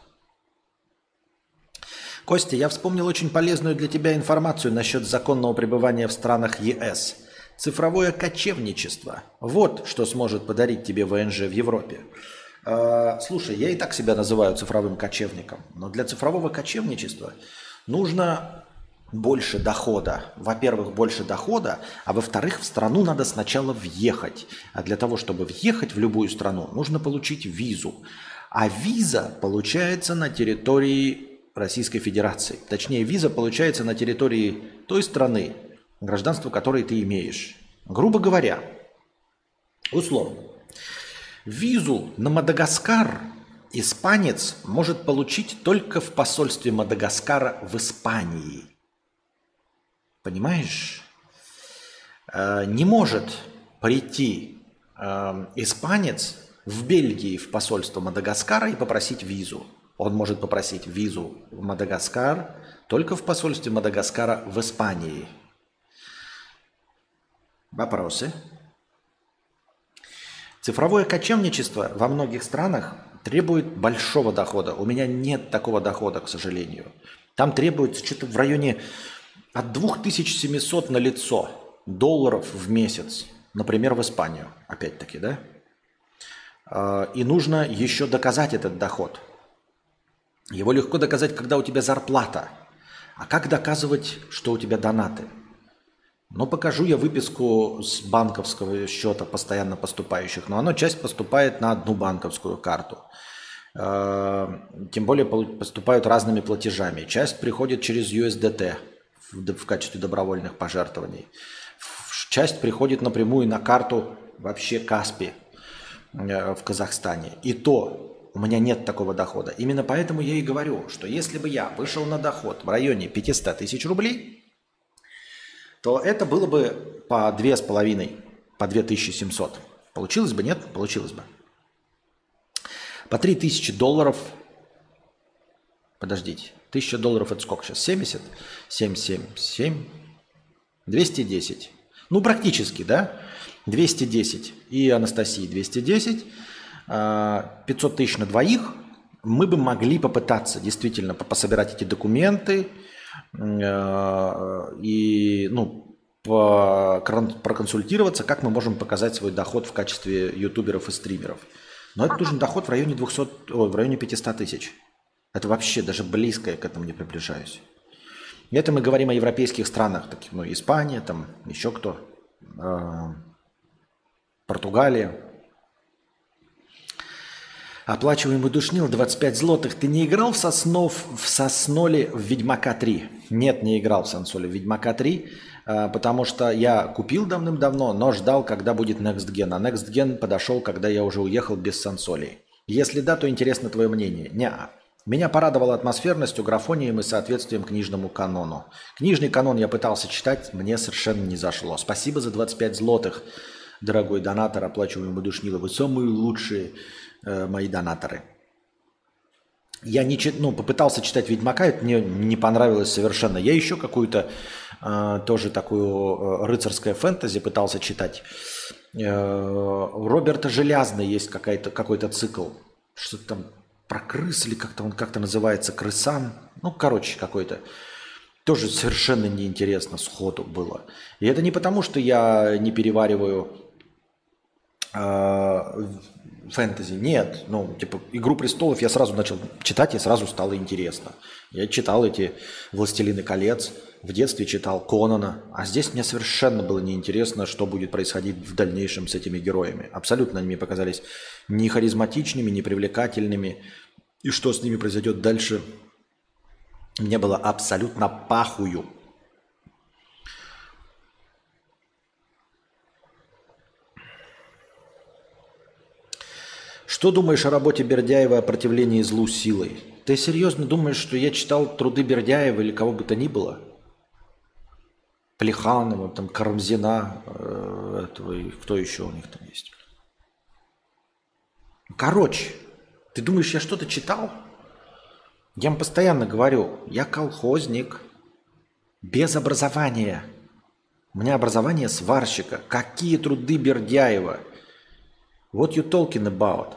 Костя, я вспомнил очень полезную для тебя информацию насчет законного пребывания в странах ЕС. Цифровое кочевничество. Вот что сможет подарить тебе ВНЖ в Европе. Э, слушай, я и так себя называю цифровым кочевником, но для цифрового кочевничества нужно больше дохода. Во-первых, больше дохода, а во-вторых, в страну надо сначала въехать. А для того, чтобы въехать в любую страну, нужно получить визу. А виза получается на территории Российской Федерации. Точнее, виза получается на территории той страны, гражданство которой ты имеешь. Грубо говоря, условно, визу на Мадагаскар испанец может получить только в посольстве Мадагаскара в Испании. Понимаешь? Не может прийти испанец в Бельгии в посольство Мадагаскара и попросить визу. Он может попросить визу в Мадагаскар только в посольстве Мадагаскара в Испании. Вопросы? Цифровое кочевничество во многих странах требует большого дохода. У меня нет такого дохода, к сожалению. Там требуется что-то в районе от две тысячи семьсот на лицо долларов в месяц. Например, в Испанию. Опять-таки, да? И нужно еще доказать этот доход. Его легко доказать, когда у тебя зарплата. А как доказывать, что у тебя донаты? Ну, покажу я выписку с банковского счета, постоянно поступающих. Но оно часть поступает на одну банковскую карту. Тем более поступают разными платежами. Часть приходит через ю эс ди ти в качестве добровольных пожертвований. Часть приходит напрямую на карту вообще Каспи в Казахстане. И то у меня нет такого дохода. Именно поэтому я и говорю, что если бы я вышел на доход в районе пятьсот тысяч рублей, то это было бы по две с половиной, по две тысячи семьсот. Получилось бы, нет? Получилось бы. По три тысячи долларов. Подождите. Тысяча долларов это сколько сейчас? семьдесят? семь, семь, семь. двести десять. Ну, практически, да? двести десять. И Анастасии двести десять. пятьсот тысяч на двоих. Мы бы могли попытаться действительно пособирать эти документы и ну, проконсультироваться, как мы можем показать свой доход в качестве ютуберов и стримеров. Но это нужен доход в районе двухсот, о, в районе пятисот тысяч. Это вообще даже близко я к этому не приближаюсь. И это мы говорим о европейских странах, таких, ну, Испания, там еще кто, э, Португалия. Оплачиваемый душнил двадцать пять злотых. Ты не играл в Соснов, в Сосноле в Ведьмака три? Нет, не играл в Сансоле в Ведьмака три, потому что я купил давным-давно, но ждал, когда будет Next Gen. А Next Gen подошел, когда я уже уехал без Сансолей. Если да, то интересно твое мнение. Неа. Меня порадовала атмосферностью, графонием и соответствием книжному канону. Книжный канон я пытался читать, мне совершенно не зашло. Спасибо за двадцать пять злотых, дорогой донатор, оплачиваемый душнило. Вы самые лучшие э, мои донаторы. Я не чит... ну, попытался читать «Ведьмака», это мне не понравилось совершенно. Я еще какую-то э, тоже такую э, рыцарское фэнтези пытался читать. Э, у Роберта Желязный есть какая-то, какой-то цикл. Что-то там про крыс или как-то он как-то называется, крысан. Ну, короче, какой-то. Тоже совершенно неинтересно сходу было. И это не потому, что я не перевариваю э, фэнтези. Нет. Ну, типа, «Игру престолов» я сразу начал читать, и сразу стало интересно. Я читал эти «Властелины колец», в детстве читал Конана. А здесь мне совершенно было неинтересно, что будет происходить в дальнейшем с этими героями. Абсолютно они мне показались не харизматичными, не привлекательными. И что с ними произойдет дальше, мне было абсолютно пахую. Что думаешь о работе Бердяева о противлении злу силой? Ты серьезно думаешь, что я читал труды Бердяева или кого бы то ни было? Плеханова, там, Карамзина, э, этого, и кто еще у них там есть? Короче, ты думаешь, я что-то читал? Я вам постоянно говорю, я колхозник, без образования. У меня образование сварщика. Какие труды Бердяева? What you talking about?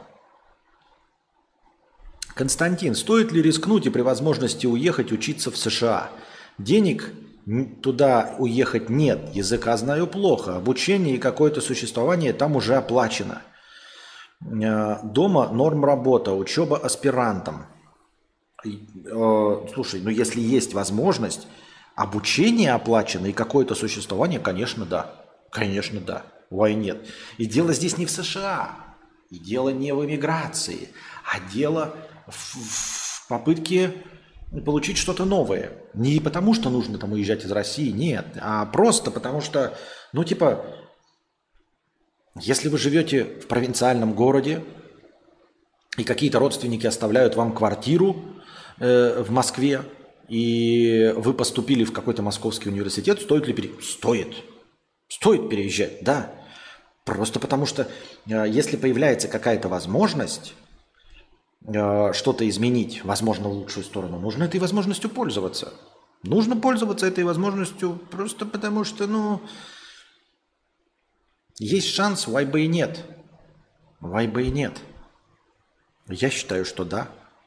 Константин, стоит ли рискнуть и при возможности уехать учиться в США? Денег туда уехать нет, языка знаю плохо, обучение и какое-то существование там уже оплачено. Дома норм работа, учеба аспирантом. Слушай, ну если есть возможность, обучение оплачено и какое-то существование, конечно, да. Конечно, да. Why нет? И дело здесь не в США, и дело не в эмиграции, а дело в, в попытке получить что-то новое. Не потому, что нужно там уезжать из России, нет, а просто потому что, ну типа, если вы живете в провинциальном городе, и какие-то родственники оставляют вам квартиру э, в Москве, и вы поступили в какой-то московский университет, стоит ли переезжать? Стоит. Стоит переезжать, да. Просто потому что э, если появляется какая-то возможность э, что-то изменить, возможно, в лучшую сторону, нужно этой возможностью пользоваться. Нужно пользоваться этой возможностью просто потому что, ну, есть шанс, why бы и нет. Why бы и нет. Я считаю, что да.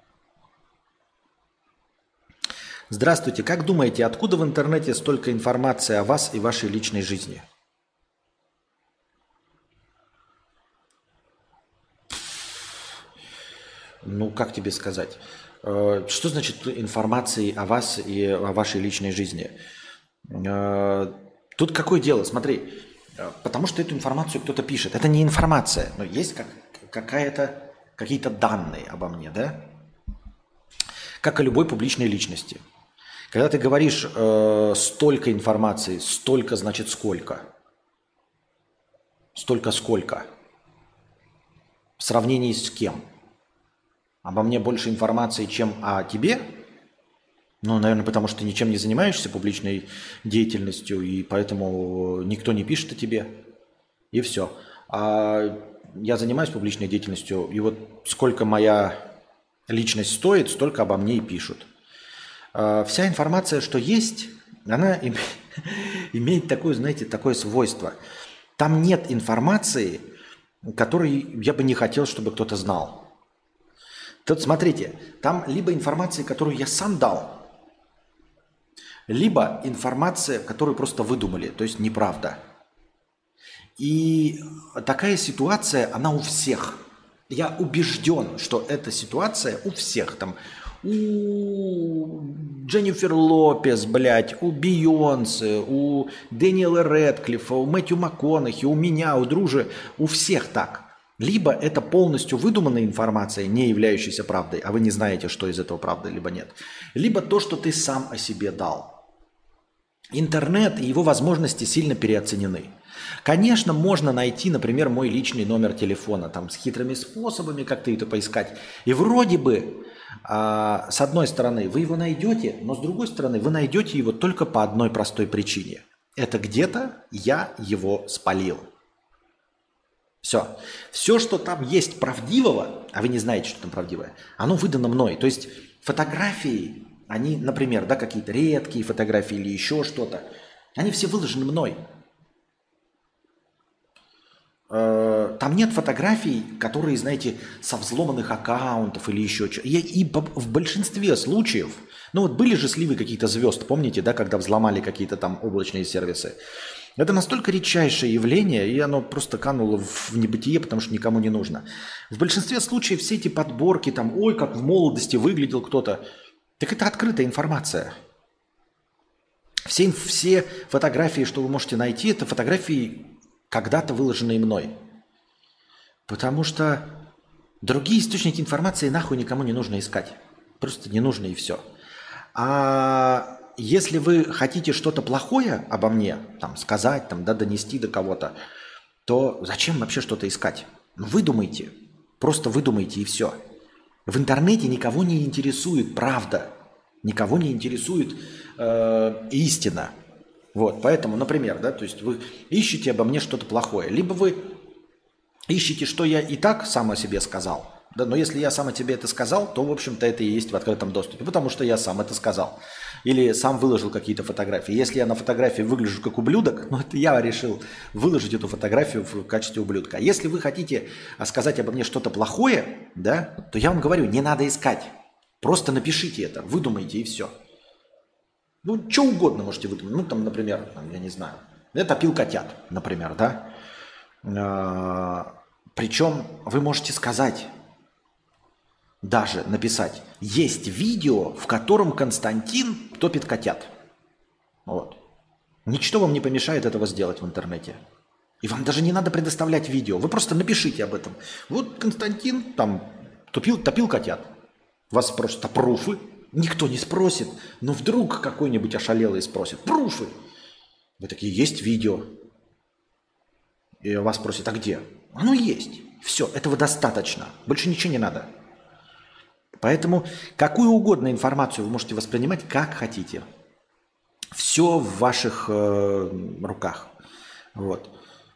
Здравствуйте. Как думаете, откуда в интернете столько информации о вас и вашей личной жизни? Ну, как тебе сказать? Что значит информации о вас и о вашей личной жизни? Тут какое дело? Смотри, потому что эту информацию кто-то пишет. Это не информация, но есть как, какая-то, какие-то данные обо мне, да? Как и любой публичной личности. Когда ты говоришь э, столько информации, столько значит сколько? Столько сколько? В сравнении с кем? Обо мне больше информации, чем о тебе? Ну, наверное, потому что ты ничем не занимаешься публичной деятельностью, и поэтому никто не пишет о тебе. И все. А я занимаюсь публичной деятельностью, и вот сколько моя личность стоит, столько обо мне и пишут. Вся информация, что есть, она имеет такое, знаете, такое свойство. Там нет информации, которой я бы не хотел, чтобы кто-то знал. Тут смотрите, там либо информация, которую я сам дал, либо информация, которую просто выдумали, то есть неправда. И такая ситуация, она у всех. Я убежден, что эта ситуация у всех. Там у Дженнифер Лопес, блядь, у Бейонсе, у Дэниела Рэдклиффа, у Мэтью МакКонахи, у меня, у Дружи, у всех так. Либо это полностью выдуманная информация, не являющаяся правдой, а вы не знаете, что из этого правда, либо нет. Либо то, что ты сам о себе дал. Интернет и его возможности сильно переоценены. Конечно, можно найти, например, мой личный номер телефона, там, с хитрыми способами как-то это поискать. И вроде бы, а, с одной стороны, вы его найдете, но с другой стороны, вы найдете его только по одной простой причине. Это где-то я его спалил. Все. Все, что там есть правдивого, а вы не знаете, что там правдивое, оно выдано мной. То есть фотографии, они, например, да, какие-то редкие фотографии или еще что-то, они все выложены мной. Там нет фотографий, которые, знаете, со взломанных аккаунтов или еще что-то. И, и в большинстве случаев, ну вот были же сливы каких-то звезд, помните, да, когда взломали какие-то там облачные сервисы. Это настолько редчайшее явление, и оно просто кануло в небытие, потому что никому не нужно. В большинстве случаев все эти подборки, там, ой, как в молодости выглядел кто-то, так это открытая информация. Все, все фотографии, что вы можете найти, это фотографии, когда-то выложенные мной. Потому что другие источники информации нахуй никому не нужно искать. Просто не нужно и все. А если вы хотите что-то плохое обо мне, там, сказать, там, да, донести до кого-то, то зачем вообще что-то искать? Ну, выдумайте. Просто выдумайте и все. В интернете никого не интересует правда. Никого не интересует э, истина. Вот, поэтому, например, да, то есть вы ищете обо мне что-то плохое, либо вы ищете, что я и так сам о себе сказал, Да, но если я сам о тебе это сказал, то, в общем-то, это и есть в открытом доступе, потому что я сам это сказал. Или сам выложил какие-то фотографии. Если я на фотографии выгляжу как ублюдок, ну это я решил выложить эту фотографию в качестве ублюдка. А если вы хотите сказать обо мне что-то плохое, да, то я вам говорю, не надо искать. Просто напишите это, выдумайте и все. Ну, что угодно можете выдумать. Ну, там, например, там, я не знаю, я топил котят, например, да. Причем вы можете сказать, даже написать, есть видео, в котором Константин топит котят. Вот. Ничто вам не помешает этого сделать в интернете. И вам даже не надо предоставлять видео. Вы просто напишите об этом. Вот Константин там топил, топил котят. Вас спросят, а пруфы? Никто не спросит. Но вдруг какой-нибудь ошалелый спросит. Пруфы? Вы такие, есть видео. И вас спросят, а где? Оно есть. Все, этого достаточно. Больше ничего не надо. Поэтому какую угодно информацию вы можете воспринимать как хотите. Все в ваших э, руках. Вот.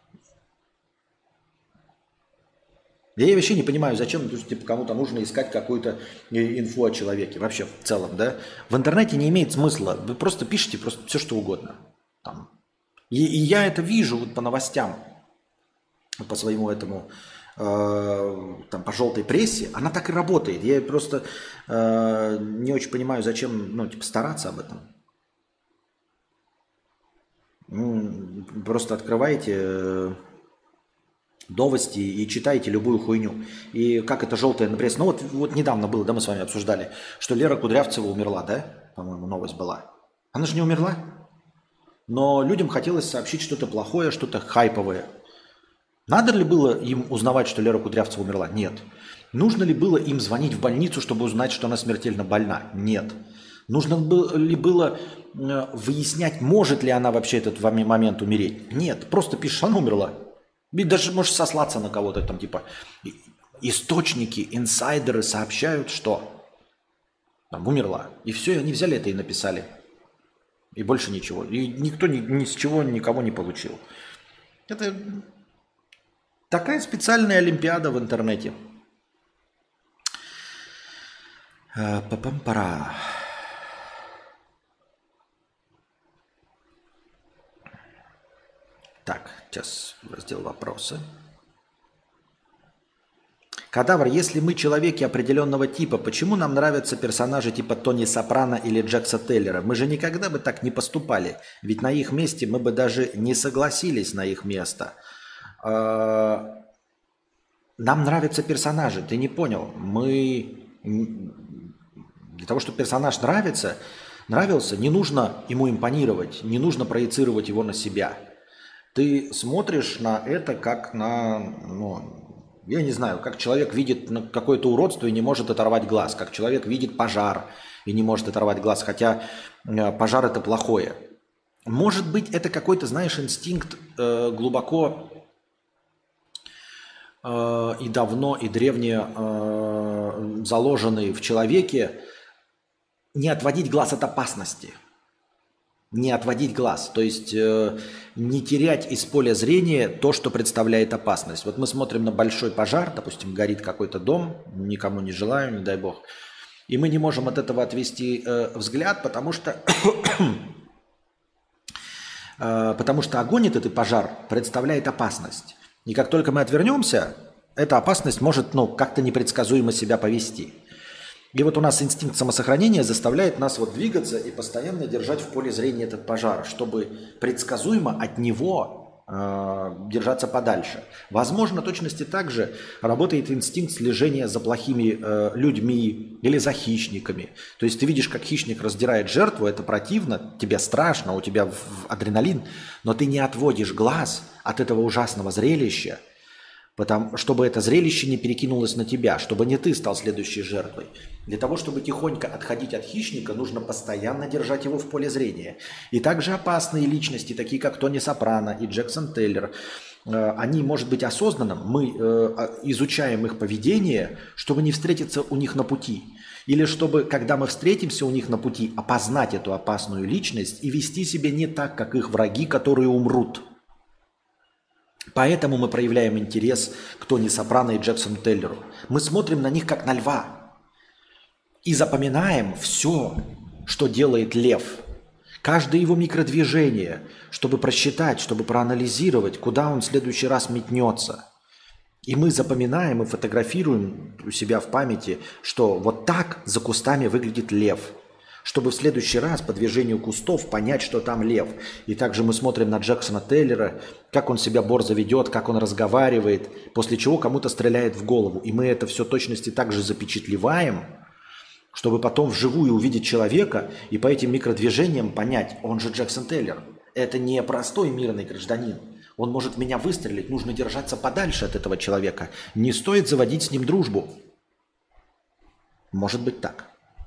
Я вообще не понимаю, зачем типа, кому-то нужно искать какую-то инфу о человеке. Вообще в целом, да. В интернете не имеет смысла. Вы просто пишете просто все, что угодно. Там. И, и я это вижу вот по новостям, по своему этому... там, по желтой прессе, она так и работает. Я просто э, не очень понимаю, зачем ну, типа, стараться об этом. Ну, просто открываете э, новости и читаете любую хуйню. И как это желтая на прессе. Ну вот, вот недавно было, да, мы с вами обсуждали, что Лера Кудрявцева умерла, да? По-моему, новость была. Она же не умерла. Но людям хотелось сообщить что-то плохое, что-то хайповое. Надо ли было им узнавать, что Лера Кудрявцева умерла? Нет. Нужно ли было им звонить в больницу, чтобы узнать, что она смертельно больна? Нет. Нужно ли было выяснять, может ли она вообще этот момент умереть? Нет. Просто пишешь, она умерла. И даже можешь сослаться на кого-то там типа источники, инсайдеры сообщают, что там умерла. И все, и они взяли это и написали. И больше ничего. И никто ни, ни с чего никого не получил. Это... Такая специальная олимпиада в интернете. Па-пам-пара. Так, сейчас раздел вопросы. Кадавр, если мы человеки определенного типа, почему нам нравятся персонажи типа Тони Сопрано или Джекса Теллера? Мы же никогда бы так не поступали. Ведь на их месте мы бы даже не согласились на их место. Нам нравятся персонажи, ты не понял. Мы для того, чтобы персонаж нравится, нравился, не нужно ему импонировать, не нужно проецировать его на себя. Ты смотришь на это как на, ну, я не знаю, как человек видит какое-то уродство и не может оторвать глаз, как человек видит пожар и не может оторвать глаз, хотя пожар это плохое. Может быть, это какой-то, знаешь, инстинкт э, глубоко и давно, и древне э, заложенный в человеке, не отводить глаз от опасности. Не отводить глаз. То есть э, не терять из поля зрения то, что представляет опасность. Вот мы смотрим на большой пожар, допустим, горит какой-то дом, никому не желаю, не дай бог. И мы не можем от этого отвести э, взгляд, потому что, э, потому что огонь, этот пожар, представляет опасность. И как только мы отвернемся, эта опасность может ну, как-то непредсказуемо себя повести. И вот у нас инстинкт самосохранения заставляет нас вот двигаться и постоянно держать в поле зрения этот пожар, чтобы предсказуемо от него э, держаться подальше. Возможно, точности также работает инстинкт слежения за плохими э, людьми или за хищниками. То есть ты видишь, как хищник раздирает жертву, это противно, тебе страшно, у тебя адреналин, но ты не отводишь глаз от этого ужасного зрелища, потому, чтобы это зрелище не перекинулось на тебя, чтобы не ты стал следующей жертвой. Для того, чтобы тихонько отходить от хищника, нужно постоянно держать его в поле зрения. И также опасные личности, такие как Тони Сопрано и Джексон Теллер, они, может быть, осознанным, мы изучаем их поведение, чтобы не встретиться у них на пути. Или чтобы, когда мы встретимся у них на пути, опознать эту опасную личность и вести себя не так, как их враги, которые умрут. Поэтому мы проявляем интерес к Тони Сопрано и Джексону Теллеру. Мы смотрим на них как на льва. И запоминаем все, что делает лев. Каждое его микродвижение, чтобы просчитать, чтобы проанализировать, куда он в следующий раз метнется. И мы запоминаем и фотографируем у себя в памяти, что вот так за кустами выглядит лев. Чтобы в следующий раз по движению кустов понять, что там лев. И также мы смотрим на Джексона Теллера, как он себя борзо ведет, как он разговаривает, после чего кому-то стреляет в голову. И мы это все точности также запечатлеваем, чтобы потом вживую увидеть человека и по этим микродвижениям понять, он же Джексон Теллер. Это не простой мирный гражданин. Он может меня выстрелить, нужно держаться подальше от этого человека. Не стоит заводить с ним дружбу. Может быть так.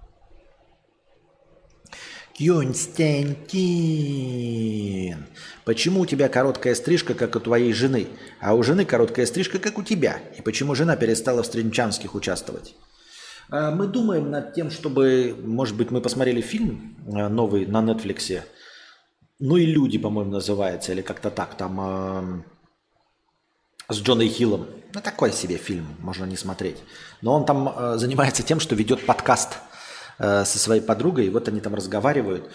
Константин, почему у тебя короткая стрижка, как у твоей жены, а у жены короткая стрижка, как у тебя? И почему жена перестала в Стримчанских участвовать? Мы думаем над тем, чтобы, может быть, мы посмотрели фильм новый на Netflix, «Ну и люди», по-моему, называется, или как-то так, там с Джоной Хиллом. Ну, такой себе фильм, можно не смотреть. Но он там занимается тем, что ведет подкаст со своей подругой, и вот они там разговаривают.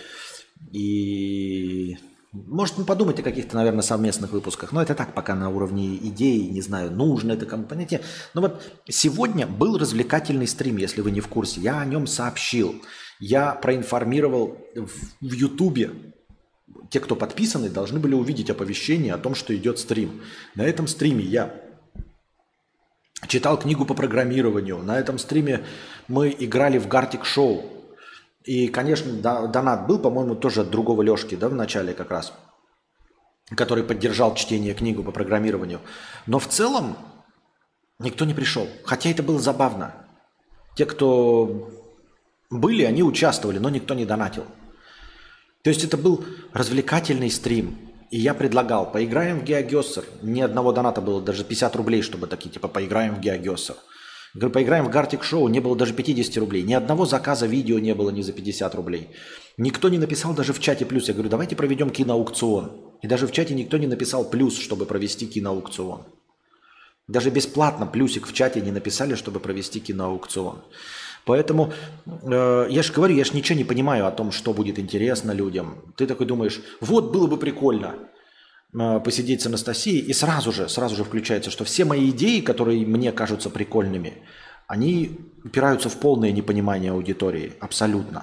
И может, подумать о каких-то, наверное, совместных выпусках. Но это так, пока на уровне идеи, не знаю, нужно это кому понятие. Но вот сегодня был развлекательный стрим, если вы не в курсе. Я о нем сообщил. Я проинформировал в Ютубе. Те, кто подписаны, должны были увидеть оповещение о том, что идет стрим. На этом стриме я читал книгу по программированию. На этом стриме мы играли в Gartic Show. И, конечно, донат был, по-моему, тоже от другого Лешки, да, в начале как раз, который поддержал чтение книгу по программированию. Но в целом никто не пришел. Хотя это было забавно. Те, кто были, они участвовали, но никто не донатил. То есть это был развлекательный стрим. И я предлагал, поиграем в GeoGuessr. Ни одного доната было, даже пятьдесят рублей, чтобы такие, типа, поиграем в GeoGuessr. Я говорю, поиграем в Gartic Show, не было даже пятьдесят рублей. Ни одного заказа видео не было ни за пятьдесят рублей. Никто не написал даже в чате плюс. Я говорю, давайте проведем киноаукцион. И даже в чате никто не написал плюс, чтобы провести киноаукцион. Даже бесплатно плюсик в чате не написали, чтобы провести киноаукцион. Поэтому э, я же говорю, я же ничего не понимаю о том, что будет интересно людям. Ты такой думаешь, вот было бы прикольно э, посидеть с Анастасией, и сразу же, сразу же включается, что все мои идеи, которые мне кажутся прикольными, они упираются в полное непонимание аудитории. Абсолютно.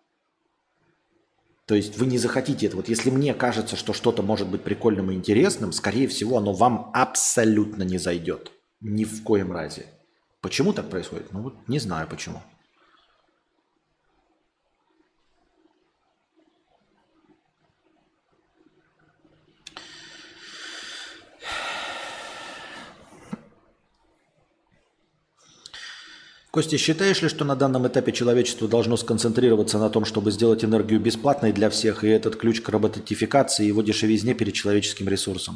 То есть вы не захотите это. Вот если мне кажется, что что-то может быть прикольным и интересным, скорее всего, оно вам абсолютно не зайдет. Ни в коем разе. Почему так происходит? Ну вот не знаю почему. Костя, считаешь ли, что на данном этапе человечество должно сконцентрироваться на том, чтобы сделать энергию бесплатной для всех, и этот ключ к робототификации и его дешевизне перед человеческим ресурсом?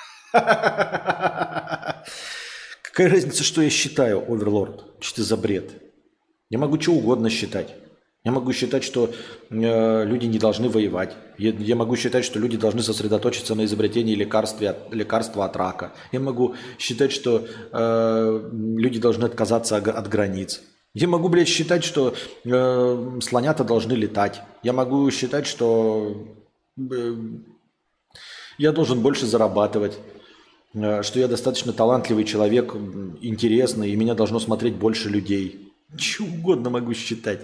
Какая разница, что я считаю, оверлорд? Что это за бред? Я могу что угодно считать. Я могу считать, что э, люди не должны воевать. Я, я могу считать, что люди должны сосредоточиться на изобретении лекарства от, лекарства от рака. Я могу считать, что э, люди должны отказаться от, от границ. Я могу, блядь, считать, что э, слонята должны летать. Я могу считать, что э, я должен больше зарабатывать. Э, что я достаточно талантливый человек, интересный, и меня должно смотреть больше людей. Чего угодно могу считать.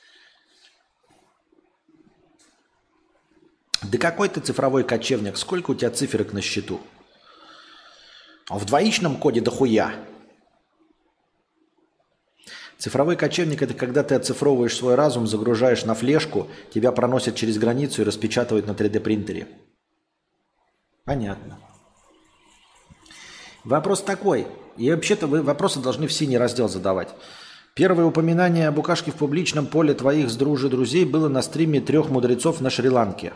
Да какой ты цифровой кочевник? Сколько у тебя циферок на счету? А в двоичном коде дохуя. Цифровой кочевник – это когда ты оцифровываешь свой разум, загружаешь на флешку, тебя проносят через границу и распечатывают на три дэ принтере. Понятно. Вопрос такой. И вообще-то вы вопросы должны в синий раздел задавать. Первое упоминание о букашке в публичном поле твоих с дружи друзей было на стриме трех мудрецов на Шри-Ланке.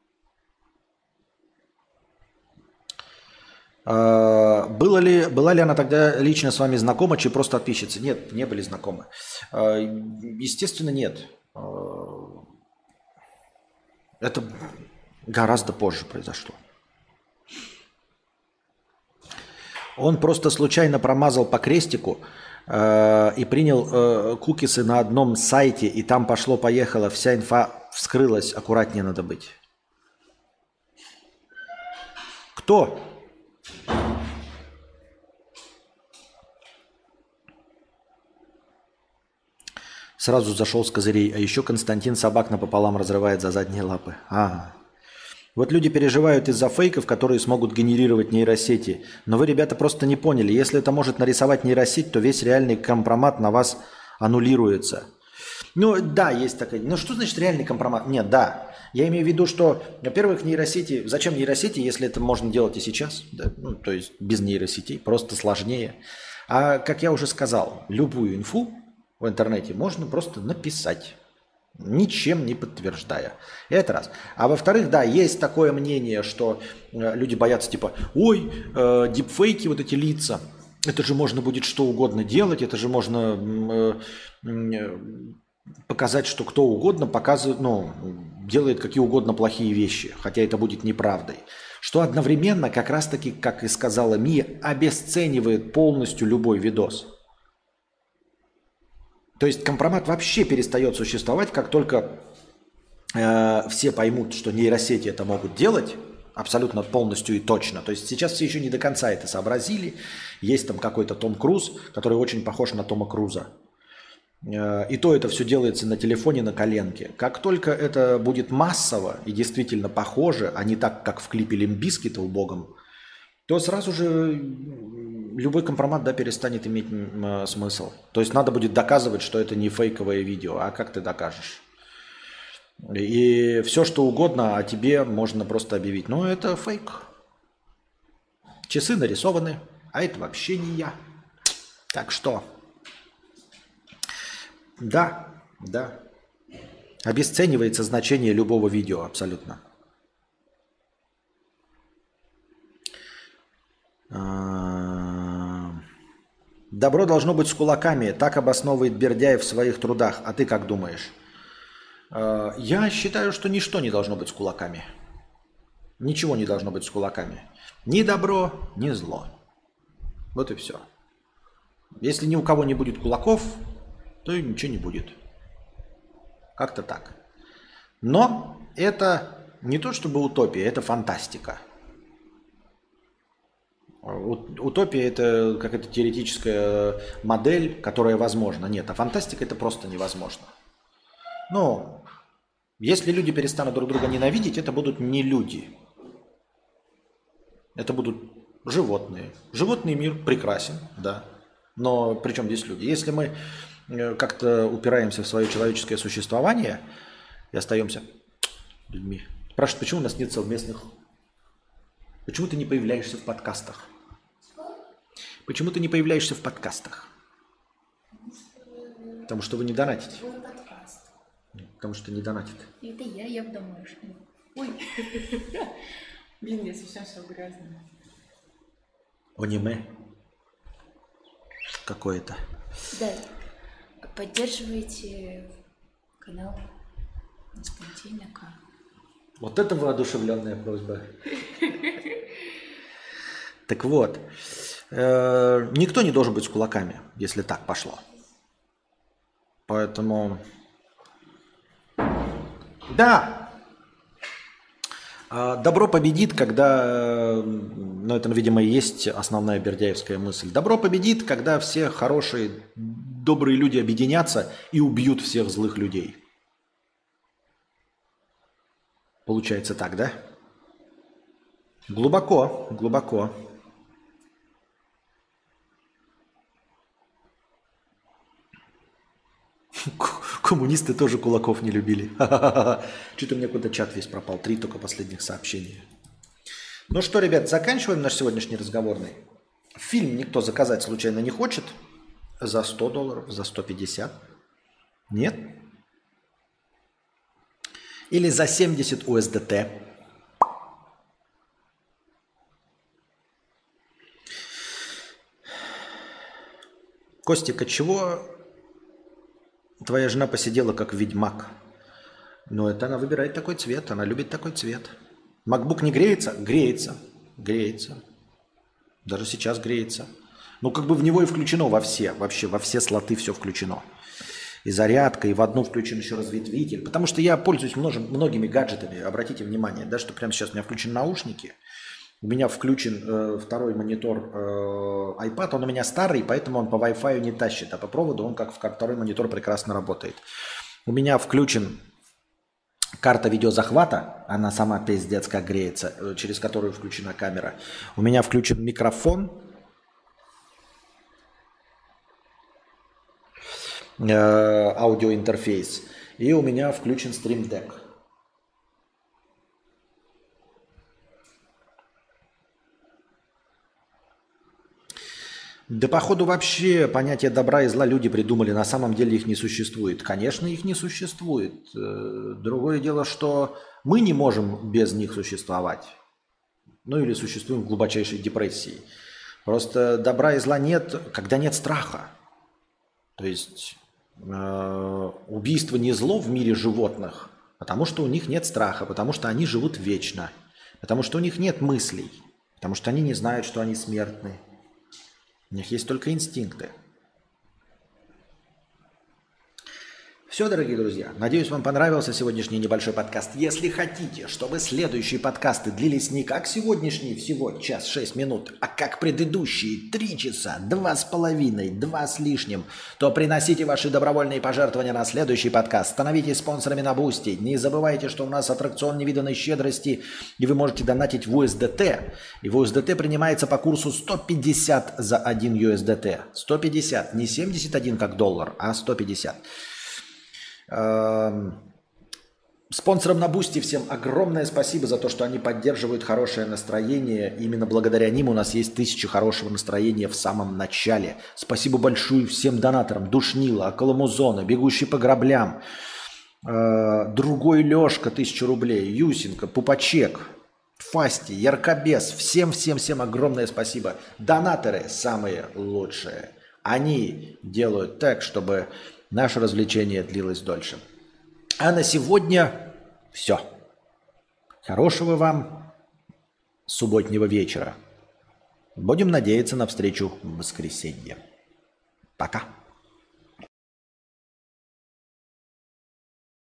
Было ли, была ли она тогда лично с вами знакома, чи просто подписчица? Нет, не были знакомы. Естественно, нет. Это гораздо позже произошло. Он просто случайно промазал по крестику э, и принял э, кукисы на одном сайте, и там пошло-поехало, вся инфа вскрылась, аккуратнее надо быть. Кто? Сразу зашел с козырей, а еще Константин собак напополам разрывает за задние лапы. Ага. Вот люди переживают из-за фейков, которые смогут генерировать нейросети. Но вы, ребята, просто не поняли. Если это может нарисовать нейросеть, то весь реальный компромат на вас аннулируется. Ну да, есть такая. Ну что значит реальный компромат? Нет, да. Я имею в виду, что, во-первых, нейросети... Зачем нейросети, если это можно делать и сейчас? Да? Ну, то есть без нейросетей, просто сложнее. А как я уже сказал, любую инфу в интернете можно просто написать, ничем не подтверждая. Это раз. А во-вторых, да, есть такое мнение, что э, люди боятся типа, ой, э, дипфейки, вот эти лица, это же можно будет что угодно делать, это же можно э, э, показать, что кто угодно показывает, ну, делает какие угодно плохие вещи, хотя это будет неправдой. Что одновременно, как раз-таки, как и сказала Мия, обесценивает полностью любой видос. То есть компромат вообще перестает существовать, как только э, все поймут, что нейросети это могут делать абсолютно полностью и точно. То есть сейчас все еще не до конца это сообразили. Есть там какой-то Том Круз, который очень похож на Тома Круза. Э, и то это все делается на телефоне, на коленке. Как только это будет массово и действительно похоже, а не так, как в клипе Лимп Бизкита убогом, то сразу же любой компромат, да, перестанет иметь э, смысл. То есть надо будет доказывать, что это не фейковое видео. А как ты докажешь? И все, что угодно, а тебе можно просто объявить. Ну, это фейк. Часы нарисованы, а это вообще не я. Так что, да, да. Обесценивается значение любого видео абсолютно. Добро должно быть с кулаками, так обосновывает Бердяев в своих трудах. А ты как думаешь? Я считаю, что ничто не должно быть с кулаками. Ничего не должно быть с кулаками. Ни добро, ни зло. Вот и все. Если ни у кого не будет кулаков, то и ничего не будет. Как-то так. Но это не то чтобы утопия, это фантастика. Утопия – это какая-то теоретическая модель, которая возможна. Нет, а фантастика – это просто невозможно. Ну, если люди перестанут друг друга ненавидеть, это будут не люди. Это будут животные. Животный мир прекрасен, да. Но при чем здесь люди? Если мы как-то упираемся в свое человеческое существование и остаемся людьми. Спрашивают, почему у нас нет совместных... Почему ты не появляешься в подкастах? Почему ты не появляешься в подкастах? Потому что вы не донатите. Потому что не донатит. Это я, я в домашнем. Ой. Блин, я совсем все грязное. Аниме. Какое-то. Да. Поддерживайте канал Константиника. Вот это воодушевленная просьба. Так вот, э, никто не должен быть с кулаками, если так пошло. Поэтому, да, э, добро победит, когда, ну это, видимо, и есть основная бердяевская мысль. Добро победит, когда все хорошие, добрые люди объединятся и убьют всех злых людей. Получается так, да? Глубоко, глубоко. Коммунисты тоже кулаков не любили. Что-то у меня куда-то чат весь пропал. Три только последних сообщения. Ну что, ребят, заканчиваем наш сегодняшний разговорный. Фильм никто заказать случайно не хочет? За сто долларов, за сто пятьдесят? Нет? Или за семьдесят ю эс ди ти? Костик, от чего твоя жена посидела как ведьмак? Ну, это она выбирает такой цвет, она любит такой цвет. MacBook не греется? Греется. Греется. Даже сейчас греется. Ну, как бы в него и включено во все, вообще во все слоты все включено. И зарядка, и в одну включен еще разветвитель. Потому что я пользуюсь множим, многими гаджетами. Обратите внимание, да, что прямо сейчас у меня включены наушники. У меня включен э, второй монитор э, iPad. Он у меня старый, поэтому он по Wi-Fi не тащит. А по проводу он как, как второй монитор прекрасно работает. У меня включен карта видеозахвата. Она сама пиздец как греется, э, через которую включена камера. У меня включен микрофон. Аудиоинтерфейс. И у меня включен Stream Deck. Да походу вообще понятие добра и зла люди придумали. На самом деле их не существует. Конечно, их не существует. Другое дело, что мы не можем без них существовать. Ну или существуем в глубочайшей депрессии. Просто добра и зла нет, когда нет страха. То есть э, убийство не зло в мире животных, потому что у них нет страха, потому что они живут вечно, потому что у них нет мыслей, потому что они не знают, что они смертны. У них есть только инстинкты. Все, дорогие друзья, надеюсь, вам понравился сегодняшний небольшой подкаст. Если хотите, чтобы следующие подкасты длились не как сегодняшний, всего час шесть минут, а как предыдущие три часа, два с половиной, два с лишним, то приносите ваши добровольные пожертвования на следующий подкаст. Становитесь спонсорами на Бусти. Не забывайте, что у нас аттракцион невиданной щедрости, и вы можете донатить в ю эс ди ти. И в ю эс ди ти принимается по курсу сто пятьдесят за один ю эс ди ти. сто пятьдесят, не семьдесят один как доллар, а сто пятьдесят. Спонсорам на Бусти всем огромное спасибо за то, что они поддерживают хорошее настроение. Именно благодаря ним у нас есть тысяча хорошего настроения в самом начале. Спасибо большое всем донаторам. Душнила, Акаламузона, Бегущий по граблям, Другой Лешка, тысяча рублей, Юсенко, Пупачек, Фасти, Яркобес. Всем-всем-всем огромное спасибо. Донаторы самые лучшие. Они делают так, чтобы наше развлечение длилось дольше. А на сегодня все. Хорошего вам субботнего вечера. Будем надеяться на встречу в воскресенье. Пока.